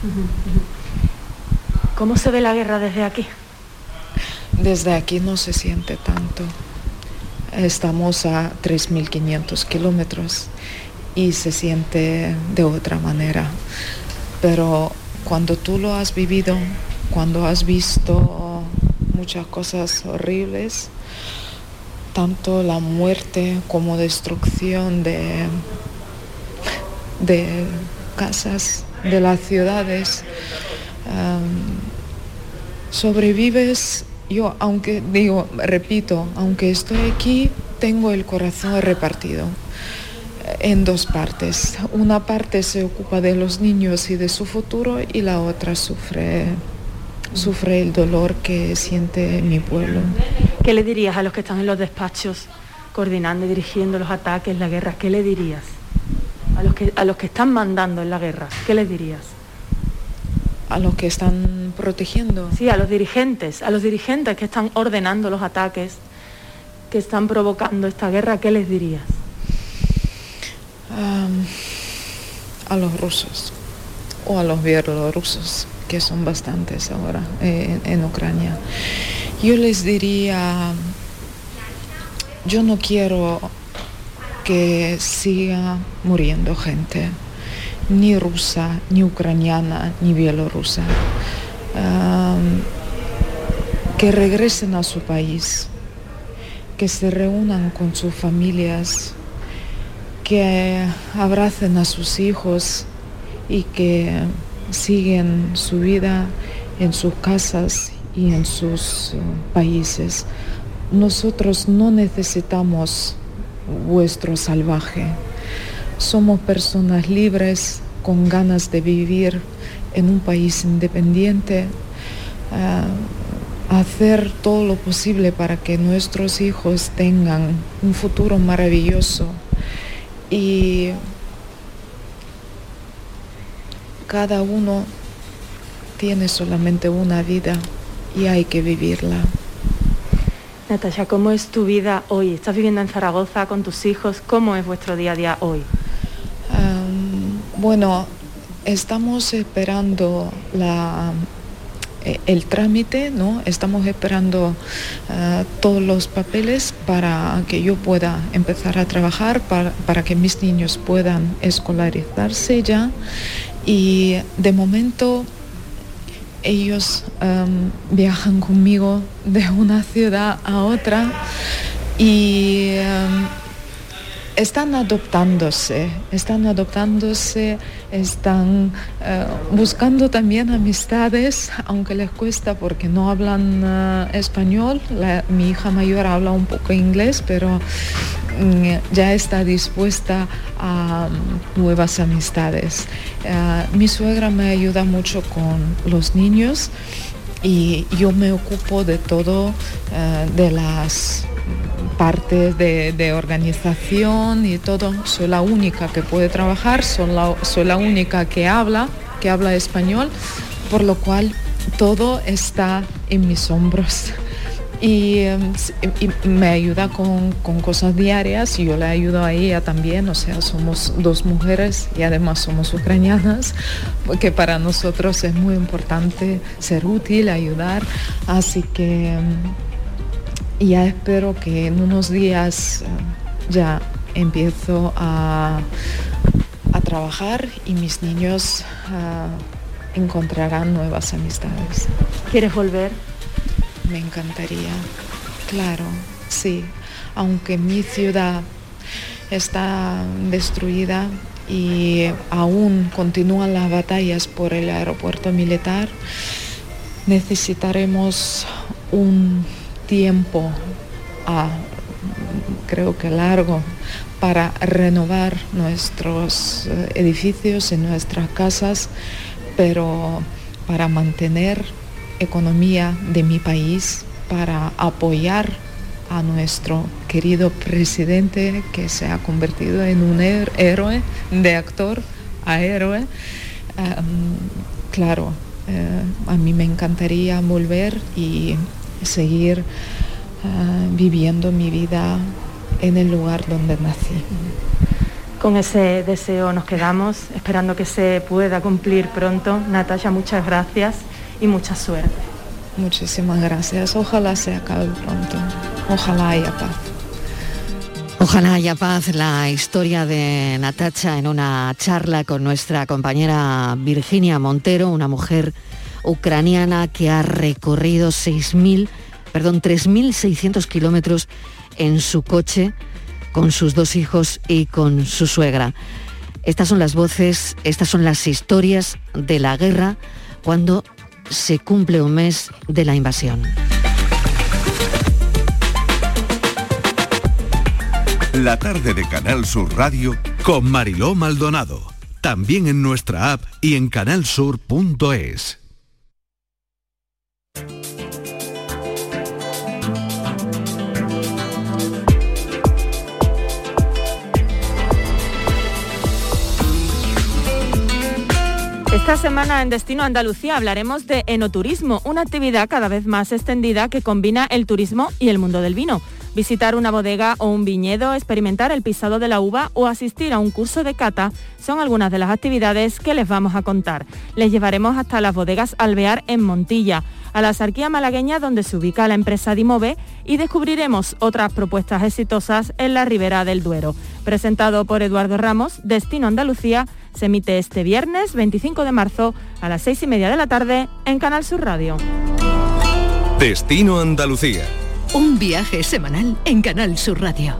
¿Cómo se ve la guerra desde aquí? Desde aquí no se siente tanto. Estamos a tres mil quinientos kilómetros y se siente de otra manera. Pero cuando tú lo has vivido, cuando has visto muchas cosas horribles, tanto la muerte como destrucción de, de casas, de las ciudades, um, sobrevives. Yo, aunque digo, repito, aunque estoy aquí, tengo el corazón repartido en dos partes. Una parte se ocupa de los niños y de su futuro, y la otra sufre, sufre el dolor que siente mi pueblo. ¿Qué le dirías a los que están en los despachos coordinando y dirigiendo los ataques, la guerra? ¿Qué le dirías? A los que, a los que están mandando en la guerra, ¿qué les dirías? ¿A los que están protegiendo? Sí, a los dirigentes, a los dirigentes que están ordenando los ataques, que están provocando esta guerra, ¿qué les dirías? Um, a los rusos o a los bielorrusos, que son bastantes ahora eh, en, en Ucrania. Yo les diría, yo no quiero que siga muriendo gente, ni rusa, ni ucraniana, ni bielorrusa. Um, que regresen a su país, que se reúnan con sus familias, que abracen a sus hijos y que siguen su vida en sus casas y en sus uh, países. Nosotros no necesitamos vuestro salvaje. Somos personas libres con ganas de vivir en un país independiente, uh, hacer todo lo posible para que nuestros hijos tengan un futuro maravilloso. Y cada uno tiene solamente una vida y hay que vivirla. Natasha, ¿cómo es tu vida hoy? ¿Estás viviendo en Zaragoza con tus hijos? ¿Cómo es vuestro día a día hoy? Um, bueno, estamos esperando la, el trámite, ¿no? Estamos esperando uh, todos los papeles para que yo pueda empezar a trabajar, para, para que mis niños puedan escolarizarse ya. Y de momento ellos um, viajan conmigo de una ciudad a otra y um, están adoptándose, están adoptándose, están uh, buscando también amistades, aunque les cuesta porque no hablan uh, español. La, mi hija mayor habla un poco inglés, pero um, ya está dispuesta a um, nuevas amistades. Uh, mi suegra me ayuda mucho con los niños y yo me ocupo de todo, uh, de las partes de, de organización y todo. Soy la única que puede trabajar, soy la, soy la única que habla, que habla español, por lo cual todo está en mis hombros. Y, y me ayuda con, con cosas diarias y yo le ayudo a ella también. O sea, somos dos mujeres y además somos ucranianas, porque para nosotros es muy importante ser útil, ayudar. Así que ya espero que en unos días ya empiezo a, a trabajar y mis niños uh, encontrarán nuevas amistades. ¿Quieres volver? Me encantaría, claro, sí. Aunque mi ciudad está destruida y aún continúan las batallas por el aeropuerto militar, necesitaremos un tiempo a creo que largo, para renovar nuestros eh, edificios y nuestras casas, pero para mantener economía de mi país, para apoyar a nuestro querido presidente que se ha convertido en un héroe, de actor a héroe. Um, claro, eh, a mí me encantaría volver y seguir uh, viviendo mi vida en el lugar donde nací. Con ese deseo nos quedamos, esperando que se pueda cumplir pronto. Natasha, muchas gracias y mucha suerte. Muchísimas gracias. Ojalá se acabe pronto. Ojalá haya paz. Ojalá haya paz. La historia de Natasha en una charla con nuestra compañera Virginia Montero, una mujer ucraniana que ha recorrido seis mil, perdón, tres mil seiscientos kilómetros en su coche con sus dos hijos y con su suegra. Estas son las voces, estas son las historias de la guerra cuando se cumple un mes de la invasión. La tarde de Canal Sur Radio con Mariló Maldonado. También en nuestra app y en canal sur punto es. Esta semana en Destino Andalucía hablaremos de enoturismo, una actividad cada vez más extendida que combina el turismo y el mundo del vino. Visitar una bodega o un viñedo, experimentar el pisado de la uva o asistir a un curso de cata son algunas de las actividades que les vamos a contar. Les llevaremos hasta las bodegas Alvear en Montilla, a la Sarquía malagueña donde se ubica la empresa Dimove y descubriremos otras propuestas exitosas en la Ribera del Duero. Presentado por Eduardo Ramos, Destino Andalucía se emite este viernes veinticinco de marzo a las seis y media de la tarde en Canal Sur Radio. Destino Andalucía. Un viaje semanal en Canal Sur Radio.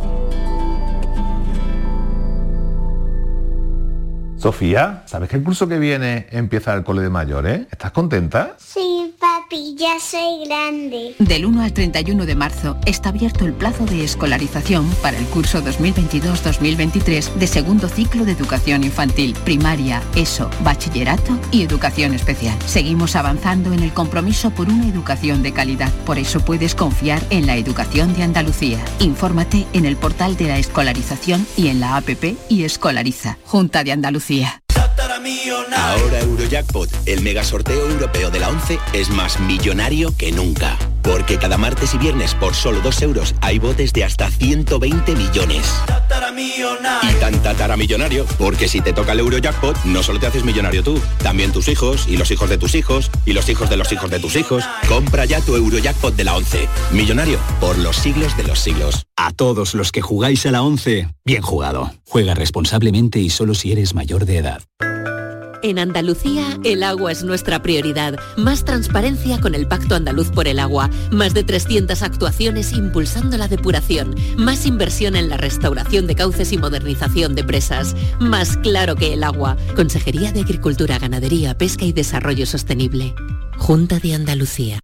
Sofía, ¿sabes que el curso que viene empieza el cole de mayores? ¿Estás contenta? Sí, papi, ya soy grande. Del uno al treinta y uno de marzo está abierto el plazo de escolarización para el curso dos mil veintidós dos mil veintitrés de segundo ciclo de educación infantil, primaria, ESO, bachillerato y educación especial. Seguimos avanzando en el compromiso por una educación de calidad. Por eso puedes confiar en la educación de Andalucía. Infórmate en el portal de la escolarización y en la app y Escolariza, Junta de Andalucía. Ahora Eurojackpot, el mega sorteo europeo de la once, es más millonario que nunca. Porque cada martes y viernes por solo dos euros hay botes de hasta ciento veinte millones. Y tan tataramillonario, porque si te toca el Eurojackpot, no solo te haces millonario tú, también tus hijos, y los hijos de tus hijos, y los hijos de los hijos de tus hijos. Compra ya tu Eurojackpot de la once. Millonario por los siglos de los siglos. A todos los que jugáis a la once, bien jugado. Juega responsablemente y solo si eres mayor de edad. En Andalucía, el agua es nuestra prioridad. Más transparencia con el Pacto Andaluz por el Agua. Más de trescientas actuaciones impulsando la depuración. Más inversión en la restauración de cauces y modernización de presas. Más claro que el agua. Consejería de Agricultura, Ganadería, Pesca y Desarrollo Sostenible. Junta de Andalucía.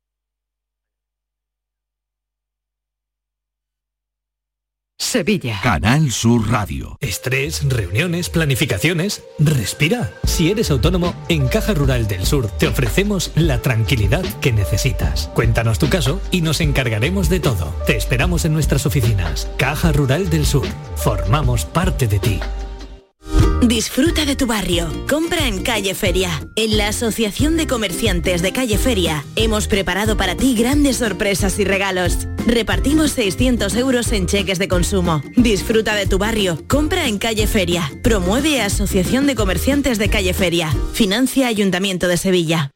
Sevilla. Canal Sur Radio. Estrés, reuniones, planificaciones. Respira. Si eres autónomo, en Caja Rural del Sur te ofrecemos la tranquilidad que necesitas. Cuéntanos tu caso y nos encargaremos de todo. Te esperamos en nuestras oficinas. Caja Rural del Sur. Formamos parte de ti. Disfruta de tu barrio. Compra en Calle Feria. En la Asociación de Comerciantes de Calle Feria hemos preparado para ti grandes sorpresas y regalos. Repartimos seiscientos euros en cheques de consumo. Disfruta de tu barrio. Compra en Calle Feria. Promueve Asociación de Comerciantes de Calle Feria. Financia Ayuntamiento de Sevilla.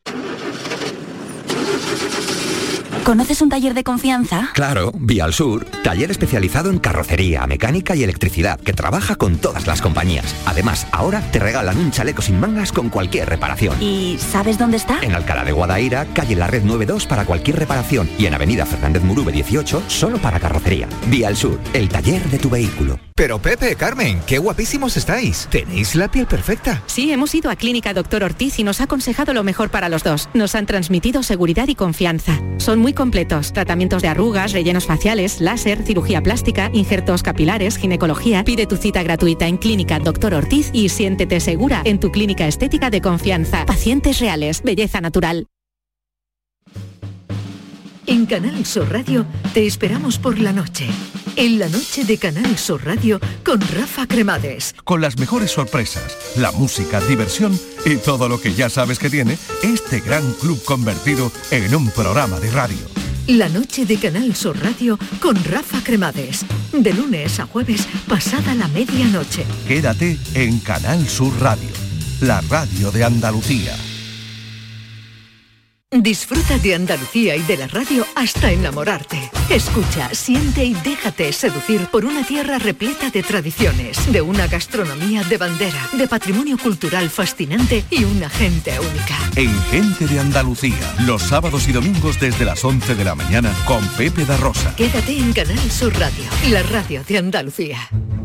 ¿Conoces un taller de confianza? Claro, Vial Sur, taller especializado en carrocería, mecánica y electricidad, que trabaja con todas las compañías. Además, ahora te regalan un chaleco sin mangas con cualquier reparación. ¿Y sabes dónde está? En Alcalá de Guadaira, calle La Red nueve dos para cualquier reparación y en avenida Fernández Murube dieciocho, solo para carrocería. Vial Sur, el taller de tu vehículo. Pero Pepe, Carmen, qué guapísimos estáis. Tenéis la piel perfecta. Sí, hemos ido a Clínica Doctor Ortiz y nos ha aconsejado lo mejor para los dos. Nos han transmitido seguridad y confianza. Son muy muy completos. Tratamientos de arrugas, rellenos faciales, láser, cirugía plástica, injertos capilares, ginecología. Pide tu cita gratuita en Clínica Doctor Ortiz y siéntete segura en tu clínica estética de confianza. Pacientes reales, belleza natural. En Canal Sur Radio te esperamos por la noche. En la noche de Canal Sur Radio con Rafa Cremades. Con las mejores sorpresas, la música, diversión y todo lo que ya sabes que tiene este gran club convertido en un programa de radio. La noche de Canal Sur Radio con Rafa Cremades. De lunes a jueves, pasada la medianoche. Quédate en Canal Sur Radio, la radio de Andalucía. Disfruta de Andalucía y de la radio hasta enamorarte. Escucha, siente y déjate seducir por una tierra repleta de tradiciones, de una gastronomía de bandera, de patrimonio cultural fascinante y una gente única. En Gente de Andalucía, los sábados y domingos desde las once de la mañana con Pepe da Rosa. Quédate en Canal Sur Radio, la radio de Andalucía.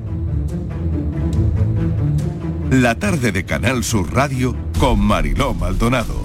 La tarde de Canal Sur Radio con Mariló Maldonado.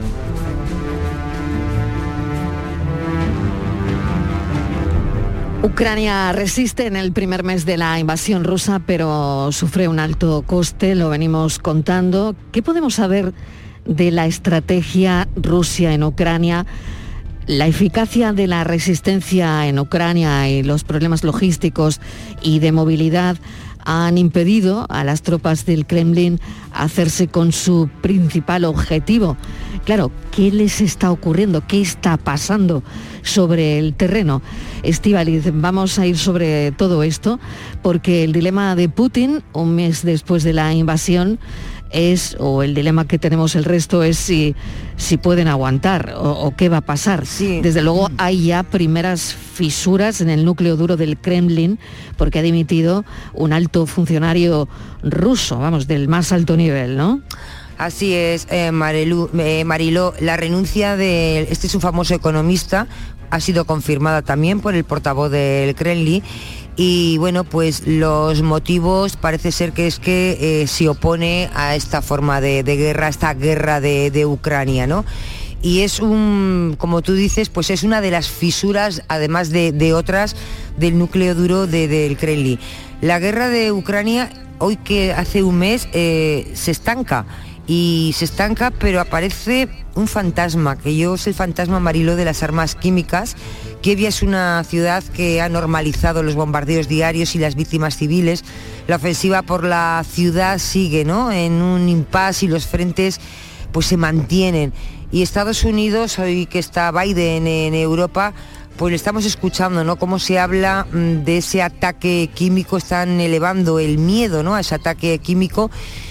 Ucrania resiste en el primer mes de la invasión rusa, pero sufre un alto coste, lo venimos contando. ¿Qué podemos saber de la estrategia Rusia en Ucrania? La eficacia de la resistencia en Ucrania y los problemas logísticos y de movilidad han impedido a las tropas del Kremlin hacerse con su principal objetivo. Claro, ¿qué les está ocurriendo? ¿Qué está pasando sobre el terreno? Estíbaliz, vamos a ir sobre todo esto, porque el dilema de Putin, un mes después de la invasión, es, o el dilema que tenemos el resto es si, si pueden aguantar o, o qué va a pasar. Sí. Desde luego hay ya primeras fisuras en el núcleo duro del Kremlin, porque ha dimitido un alto funcionario ruso, vamos, del más alto nivel, ¿no? Así es, eh, Marilu, eh, Mariló, la renuncia de, este es un famoso economista, ha sido confirmada también por el portavoz del Kremlin. Y bueno, pues los motivos parece ser que es que eh, se opone a esta forma de, de guerra, esta guerra de, de Ucrania, ¿no? Y es un, como tú dices, pues es una de las fisuras, además de, de otras, del núcleo duro de, del Kremlin. La guerra de Ucrania, hoy que hace un mes, eh, se estanca. Y se estanca, pero aparece un fantasma, que yo es el fantasma, Mariló, de las armas químicas. Kiev es una ciudad que ha normalizado los bombardeos diarios y las víctimas civiles. La ofensiva por la ciudad sigue, ¿no?, en un impasse y los frentes pues se mantienen. Y Estados Unidos, hoy que está Biden en Europa, pues le estamos escuchando, ¿no?, cómo se habla de ese ataque químico, están elevando el miedo, ¿no?, a ese ataque químico.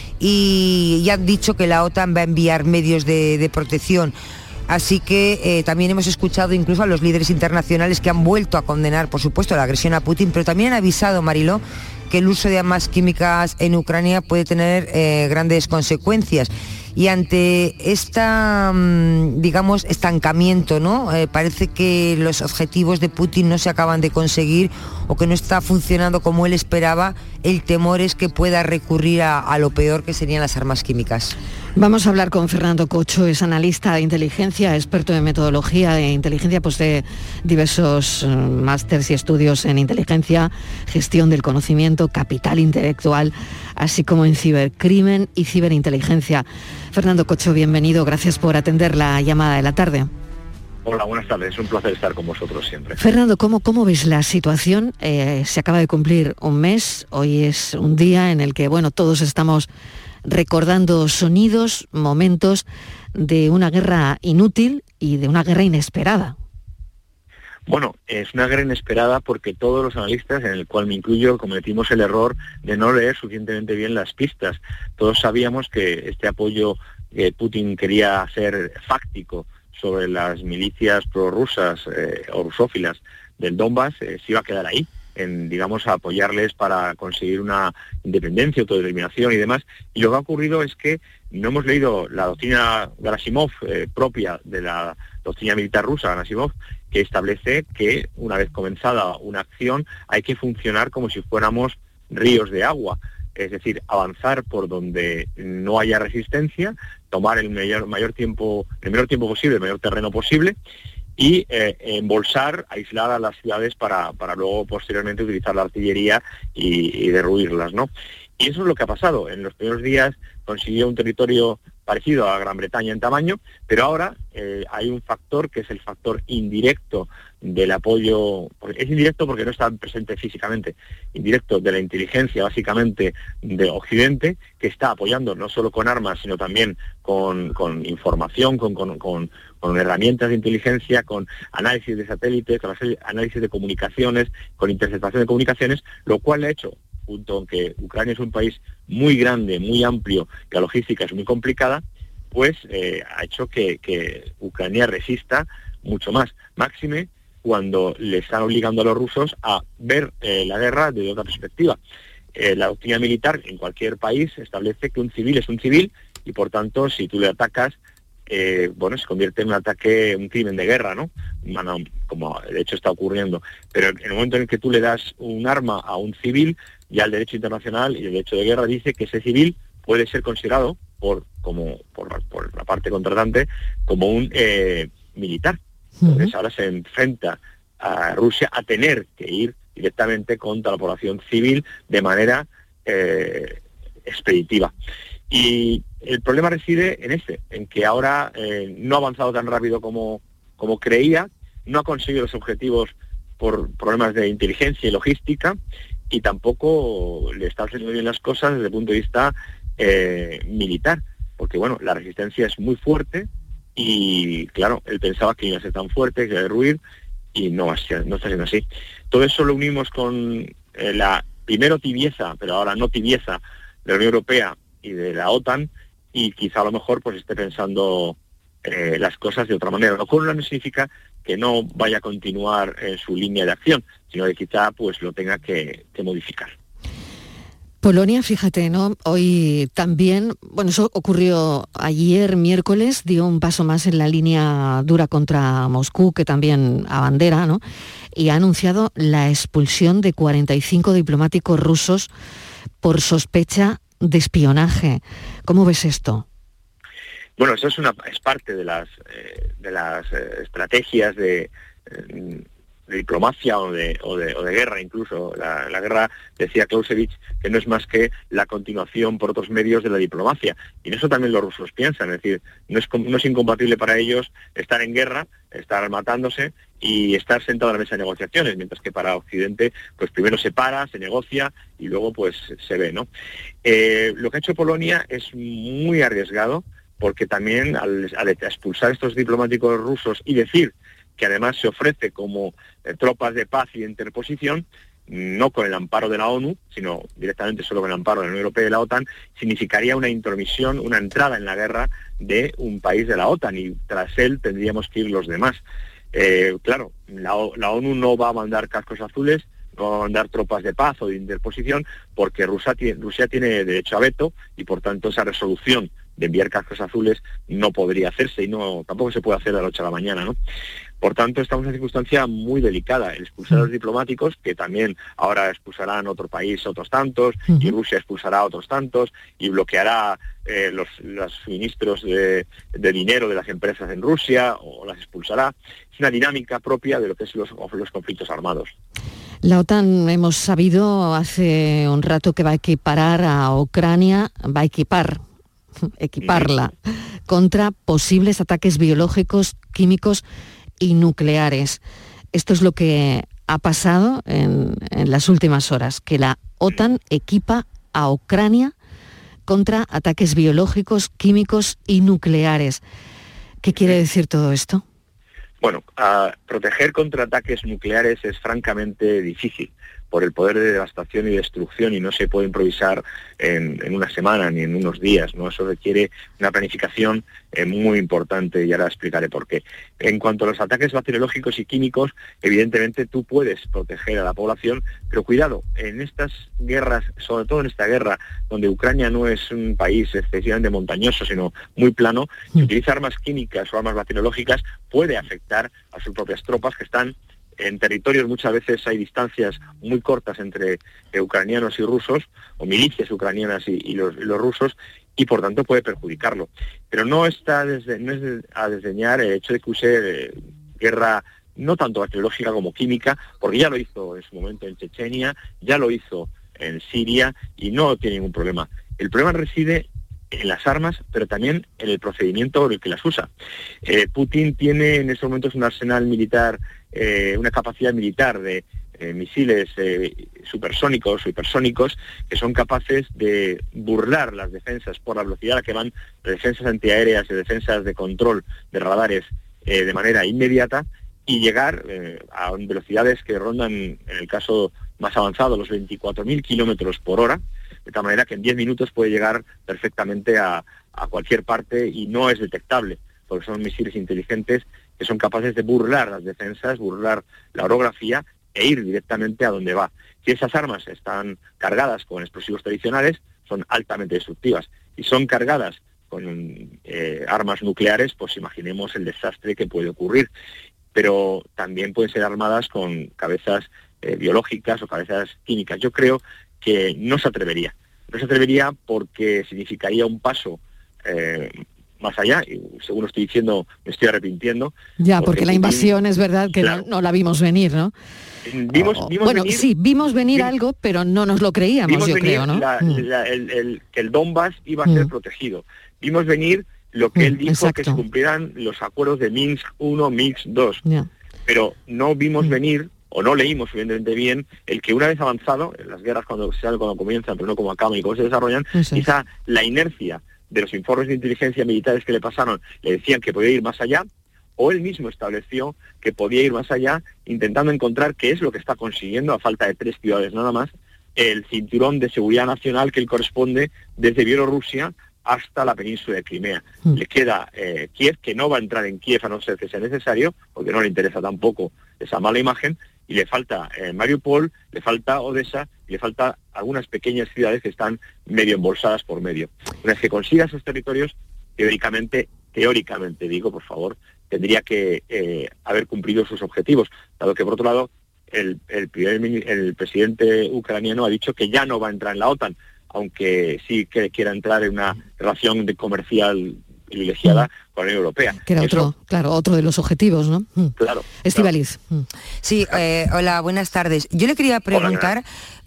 Y ya han dicho que la OTAN va a enviar medios de, de protección. Así que eh, también hemos escuchado incluso a los líderes internacionales que han vuelto a condenar, por supuesto, la agresión a Putin, pero también han avisado, Mariló, que el uso de armas químicas en Ucrania puede tener eh, grandes consecuencias. Y ante esta, digamos, estancamiento, ¿no? Eh, parece que los objetivos de Putin no se acaban de conseguir o que no está funcionando como él esperaba. El temor es que pueda recurrir a, a lo peor, que serían las armas químicas. Vamos a hablar con Fernando Cocho, es analista de inteligencia, experto en metodología de inteligencia, posee diversos uh, másters y estudios en inteligencia, gestión del conocimiento, capital intelectual, así como en cibercrimen y ciberinteligencia. Fernando Cocho, bienvenido, gracias por atender la llamada de la tarde. Hola, buenas tardes, es un placer estar con vosotros siempre. Fernando, ¿cómo, cómo ves la situación? Eh, se acaba de cumplir un mes, hoy es un día en el que, bueno, todos estamos recordando sonidos, momentos de una guerra inútil y de una guerra inesperada. Bueno, es una guerra inesperada porque todos los analistas, en el cual me incluyo, cometimos el error de no leer suficientemente bien las pistas. Todos sabíamos que este apoyo que Putin quería hacer fáctico sobre las milicias prorrusas eh, o rusófilas del Donbass eh, se iba a quedar ahí, en, digamos, a apoyarles para conseguir una independencia, autodeterminación y demás. Y lo que ha ocurrido es que no hemos leído la doctrina Gerasimov eh, propia de la doctrina militar rusa, Gerasimov, que establece que una vez comenzada una acción hay que funcionar como si fuéramos ríos de agua, es decir, avanzar por donde no haya resistencia, tomar el mayor, mayor tiempo, el menor tiempo posible, el mayor terreno posible, y eh, embolsar, aislar a las ciudades para, para luego posteriormente utilizar la artillería y, y derruirlas, ¿no? Y eso es lo que ha pasado. En los primeros días consiguió un territorio parecido a Gran Bretaña en tamaño, pero ahora eh, hay un factor que es el factor indirecto del apoyo, es indirecto porque no está presente físicamente, indirecto de la inteligencia básicamente de Occidente, que está apoyando no solo con armas, sino también con, con información, con, con, con, con herramientas de inteligencia, con análisis de satélites, con análisis de comunicaciones, con interceptación de comunicaciones, lo cual le ha hecho, junto con que Ucrania es un país muy grande, muy amplio, que la logística es muy complicada, pues eh, ha hecho que, que Ucrania resista mucho más. Máxime cuando le están obligando a los rusos a ver eh, la guerra desde otra perspectiva. Eh, la doctrina militar en cualquier país establece que un civil es un civil y, por tanto, si tú le atacas, eh, bueno, se convierte en un ataque, un crimen de guerra, ¿no? Bueno, como de hecho está ocurriendo. Pero en el momento en el que tú le das un arma a un civil, ya el derecho internacional y el derecho de guerra dice que ese civil puede ser considerado por como por, por la parte contratante como un eh, militar. Entonces uh-huh. ahora se enfrenta a Rusia a tener que ir directamente contra la población civil de manera eh, expeditiva. Y el problema reside en este, en que ahora eh, no ha avanzado tan rápido como, como creía, no ha conseguido los objetivos por problemas de inteligencia y logística, y tampoco le está haciendo bien las cosas desde el punto de vista eh, militar, porque bueno, la resistencia es muy fuerte y claro, él pensaba que iba a ser tan fuerte, que iba a derruir, y no, no está siendo así. Todo eso lo unimos con eh, la primero tibieza, pero ahora no tibieza, de la Unión Europea y de la OTAN, y quizá a lo mejor pues esté pensando eh, las cosas de otra manera, lo cual no significa que no vaya a continuar en su línea de acción, sino que quizá pues lo tenga que, que modificar. Polonia, fíjate, ¿no? Hoy también, bueno, eso ocurrió ayer, miércoles, dio un paso más en la línea dura contra Moscú, que también abandera, ¿no? Y ha anunciado la expulsión de cuarenta y cinco diplomáticos rusos por sospecha de espionaje. ¿Cómo ves esto? Bueno, eso es una es parte de las eh, de las eh, estrategias de, eh, de diplomacia o de, o de o de guerra, incluso la, la guerra, decía Clausewitz, que no es más que la continuación por otros medios de la diplomacia, y en eso también los rusos piensan, es decir, no es no es incompatible para ellos estar en guerra, estar matándose y estar sentado a la mesa de negociaciones, mientras que para Occidente pues primero se para, se negocia y luego pues se ve, ¿no? Eh, lo que ha hecho Polonia es muy arriesgado, porque también al, al expulsar estos diplomáticos rusos y decir que además se ofrece como eh, tropas de paz y de interposición, no con el amparo de la ONU, sino directamente solo con el amparo de la Unión Europea y la OTAN, significaría una intromisión, una entrada en la guerra de un país de la OTAN, y tras él tendríamos que ir los demás. Eh, claro, la, la ONU no va a mandar cascos azules, no va a mandar tropas de paz o de interposición, porque Rusia tiene, Rusia tiene derecho a veto, y por tanto esa resolución de enviar cascos azules no podría hacerse, y no tampoco se puede hacer de la noche a la mañana, ¿no? Por tanto, estamos en una circunstancia muy delicada. El expulsar a los diplomáticos, que también ahora expulsarán a otro país otros tantos, uh-huh. y Rusia expulsará a otros tantos, y bloqueará eh, los, los suministros de, de dinero de las empresas en Rusia, o las expulsará. Es una dinámica propia de lo que es los, los conflictos armados. La OTAN, hemos sabido hace un rato que va a equiparar a Ucrania, va a equipar, equiparla contra posibles ataques biológicos, químicos y nucleares. Esto es lo que ha pasado en, en las últimas horas, que la OTAN equipa a Ucrania contra ataques biológicos, químicos y nucleares. ¿Qué quiere decir todo esto? Bueno, uh, proteger contra ataques nucleares es francamente difícil por el poder de devastación y destrucción, y no se puede improvisar en, en una semana ni en unos días, ¿no? Eso requiere una planificación eh, muy importante, y ahora explicaré por qué. En cuanto a los ataques bacteriológicos y químicos, evidentemente tú puedes proteger a la población, pero cuidado, en estas guerras, sobre todo en esta guerra, donde Ucrania no es un país excesivamente montañoso, sino muy plano, si utiliza armas químicas o armas bacteriológicas, puede afectar a sus propias tropas, que están en territorios, muchas veces hay distancias muy cortas entre eh, ucranianos y rusos, o milicias ucranianas y, y, los, y los rusos, y por tanto puede perjudicarlo. Pero no está desde, no es a desdeñar el hecho de que use eh, guerra no tanto bacteriológica como química, porque ya lo hizo en su momento en Chechenia, ya lo hizo en Siria y no tiene ningún problema. El problema reside en las armas, pero también en el procedimiento por el que las usa. Eh, Putin tiene en estos momentos un arsenal militar, eh, una capacidad militar de eh, misiles eh, supersónicos o hipersónicos que son capaces de burlar las defensas por la velocidad a la que van, defensas antiaéreas y defensas de control de radares eh, de manera inmediata y llegar eh, a velocidades que rondan, en el caso más avanzado, los veinticuatro mil kilómetros por hora, de tal manera que en diez minutos puede llegar perfectamente a, a cualquier parte y no es detectable, porque son misiles inteligentes que son capaces de burlar las defensas, burlar la orografía e ir directamente a donde va. Si esas armas están cargadas con explosivos tradicionales, son altamente destructivas. Y son cargadas con eh, armas nucleares, pues imaginemos el desastre que puede ocurrir. Pero también pueden ser armadas con cabezas eh, biológicas o cabezas químicas. Yo creo que no se atrevería. No se atrevería porque significaría un paso eh, más allá, y según lo estoy diciendo, me estoy arrepintiendo. Ya, porque, porque la invasión Putin, es verdad que claro, no, no la vimos venir, ¿no? Vimos, oh, vimos bueno, venir, sí, vimos venir vimos, algo, pero no nos lo creíamos, yo creo, ¿no? La, mm. la, el, el, que el Donbass iba a ser mm. protegido. Vimos venir lo que mm, él dijo, exacto, que se cumplieran los acuerdos de Minsk uno, Minsk dos. Yeah. Pero no vimos mm. venir, o no leímos suficientemente bien, el que una vez avanzado, en las guerras cuando se sabe cuando comienzan, pero no como acaban y cómo se desarrollan, Eso quizá es. la inercia de los informes de inteligencia militares que le pasaron le decían que podía ir más allá, o él mismo estableció que podía ir más allá, intentando encontrar qué es lo que está consiguiendo, a falta de tres ciudades nada más, el cinturón de seguridad nacional que le corresponde desde Bielorrusia hasta la península de Crimea. Mm. Le queda eh, Kiev, que no va a entrar en Kiev a no ser que sea necesario, porque no le interesa tampoco esa mala imagen, y le falta eh, Mariupol, le falta Odessa, y le falta algunas pequeñas ciudades que están medio embolsadas por medio. Una vez que consiga esos territorios, teóricamente, teóricamente digo, por favor, tendría que eh, haber cumplido sus objetivos, dado que, por otro lado, el, el, primer, el presidente ucraniano ha dicho que ya no va a entrar en la OTAN, aunque sí que quiera entrar en una relación de comercial privilegiada mm. con la Unión Europea. Que era Eso, otro, claro, otro de los objetivos, ¿no? Mm. Claro. Estíbaliz. Claro. Mm. Sí, eh, hola, buenas tardes. Yo le quería preguntar,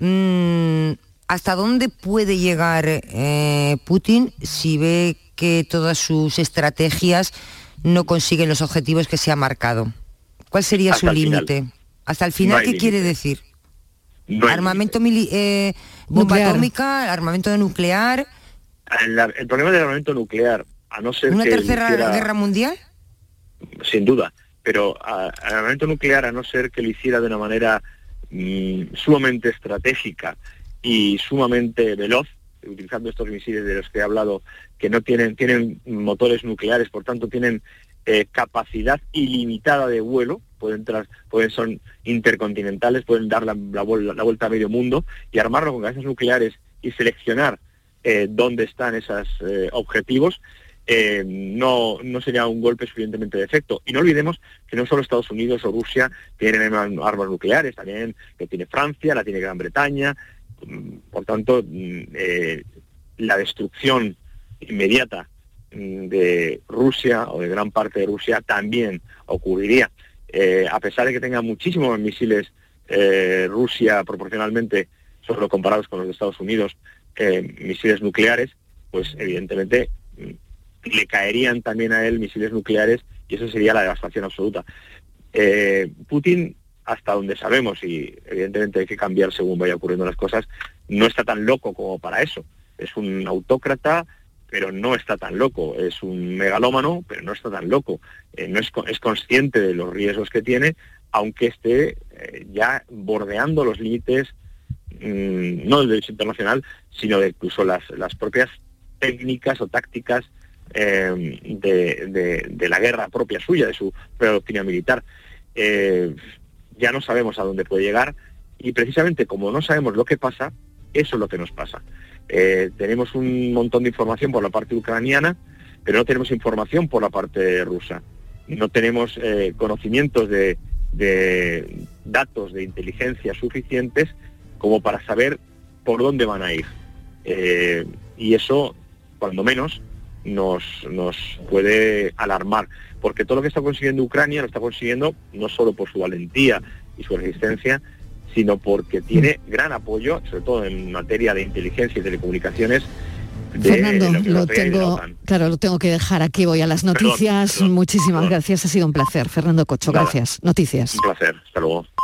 mmm, ¿hasta dónde puede llegar eh, Putin si ve que todas sus estrategias no consiguen los objetivos que se ha marcado? ¿Cuál sería Hasta su límite? Hasta el final, no ¿qué límite. quiere decir? No ¿Armamento mili- eh, bomba nuclear. atómica, armamento nuclear? El, el problema del armamento nuclear, a no ser ¿Una que tercera hiciera, guerra mundial? Sin duda, pero a, al armamento nuclear, a no ser que lo hiciera de una manera mmm, sumamente estratégica y sumamente veloz, utilizando estos misiles de los que he hablado, que no tienen, tienen motores nucleares, por tanto tienen eh, capacidad ilimitada de vuelo, pueden, tras, pueden son intercontinentales, pueden dar la, la, la vuelta a medio mundo y armarlo con cabezas nucleares y seleccionar eh, dónde están esos eh, objetivos, eh, no, no sería un golpe suficientemente de efecto. Y no olvidemos que no solo Estados Unidos o Rusia tienen armas nucleares, también que tiene Francia, la tiene Gran Bretaña. Por tanto, eh, la destrucción inmediata de Rusia o de gran parte de Rusia también ocurriría. Eh, a pesar de que tenga muchísimos misiles eh, Rusia proporcionalmente, solo comparados con los de Estados Unidos, eh, misiles nucleares, pues evidentemente le caerían también a él misiles nucleares y eso sería la devastación absoluta. Eh, Putin, hasta donde sabemos, y evidentemente hay que cambiar según vaya ocurriendo las cosas, no está tan loco como para eso. Es un autócrata, pero no está tan loco. Es un megalómano, pero no está tan loco. Eh, no es, es consciente de los riesgos que tiene, aunque esté eh, ya bordeando los límites, mmm, no del derecho internacional, sino de incluso las, las propias técnicas o tácticas eh, de, de, de la guerra propia suya, de su propia doctrina militar. Eh, ya no sabemos a dónde puede llegar y precisamente como no sabemos lo que pasa, eso es lo que nos pasa. Eh, tenemos un montón de información por la parte ucraniana, pero no tenemos información por la parte rusa. No tenemos eh, conocimientos de, de datos de inteligencia suficientes como para saber por dónde van a ir. Eh, y eso, cuando menos, nos, nos puede alarmar, porque todo lo que está consiguiendo Ucrania lo está consiguiendo no solo por su valentía y su resistencia, sino porque tiene gran apoyo, sobre todo en materia de inteligencia y telecomunicaciones. De Fernando, la lo tengo, claro, lo tengo que dejar aquí, voy a las noticias. Perdón, perdón, Muchísimas perdón. gracias, ha sido un placer. Fernando Cocho, Nada, gracias. Noticias. Un placer, hasta luego.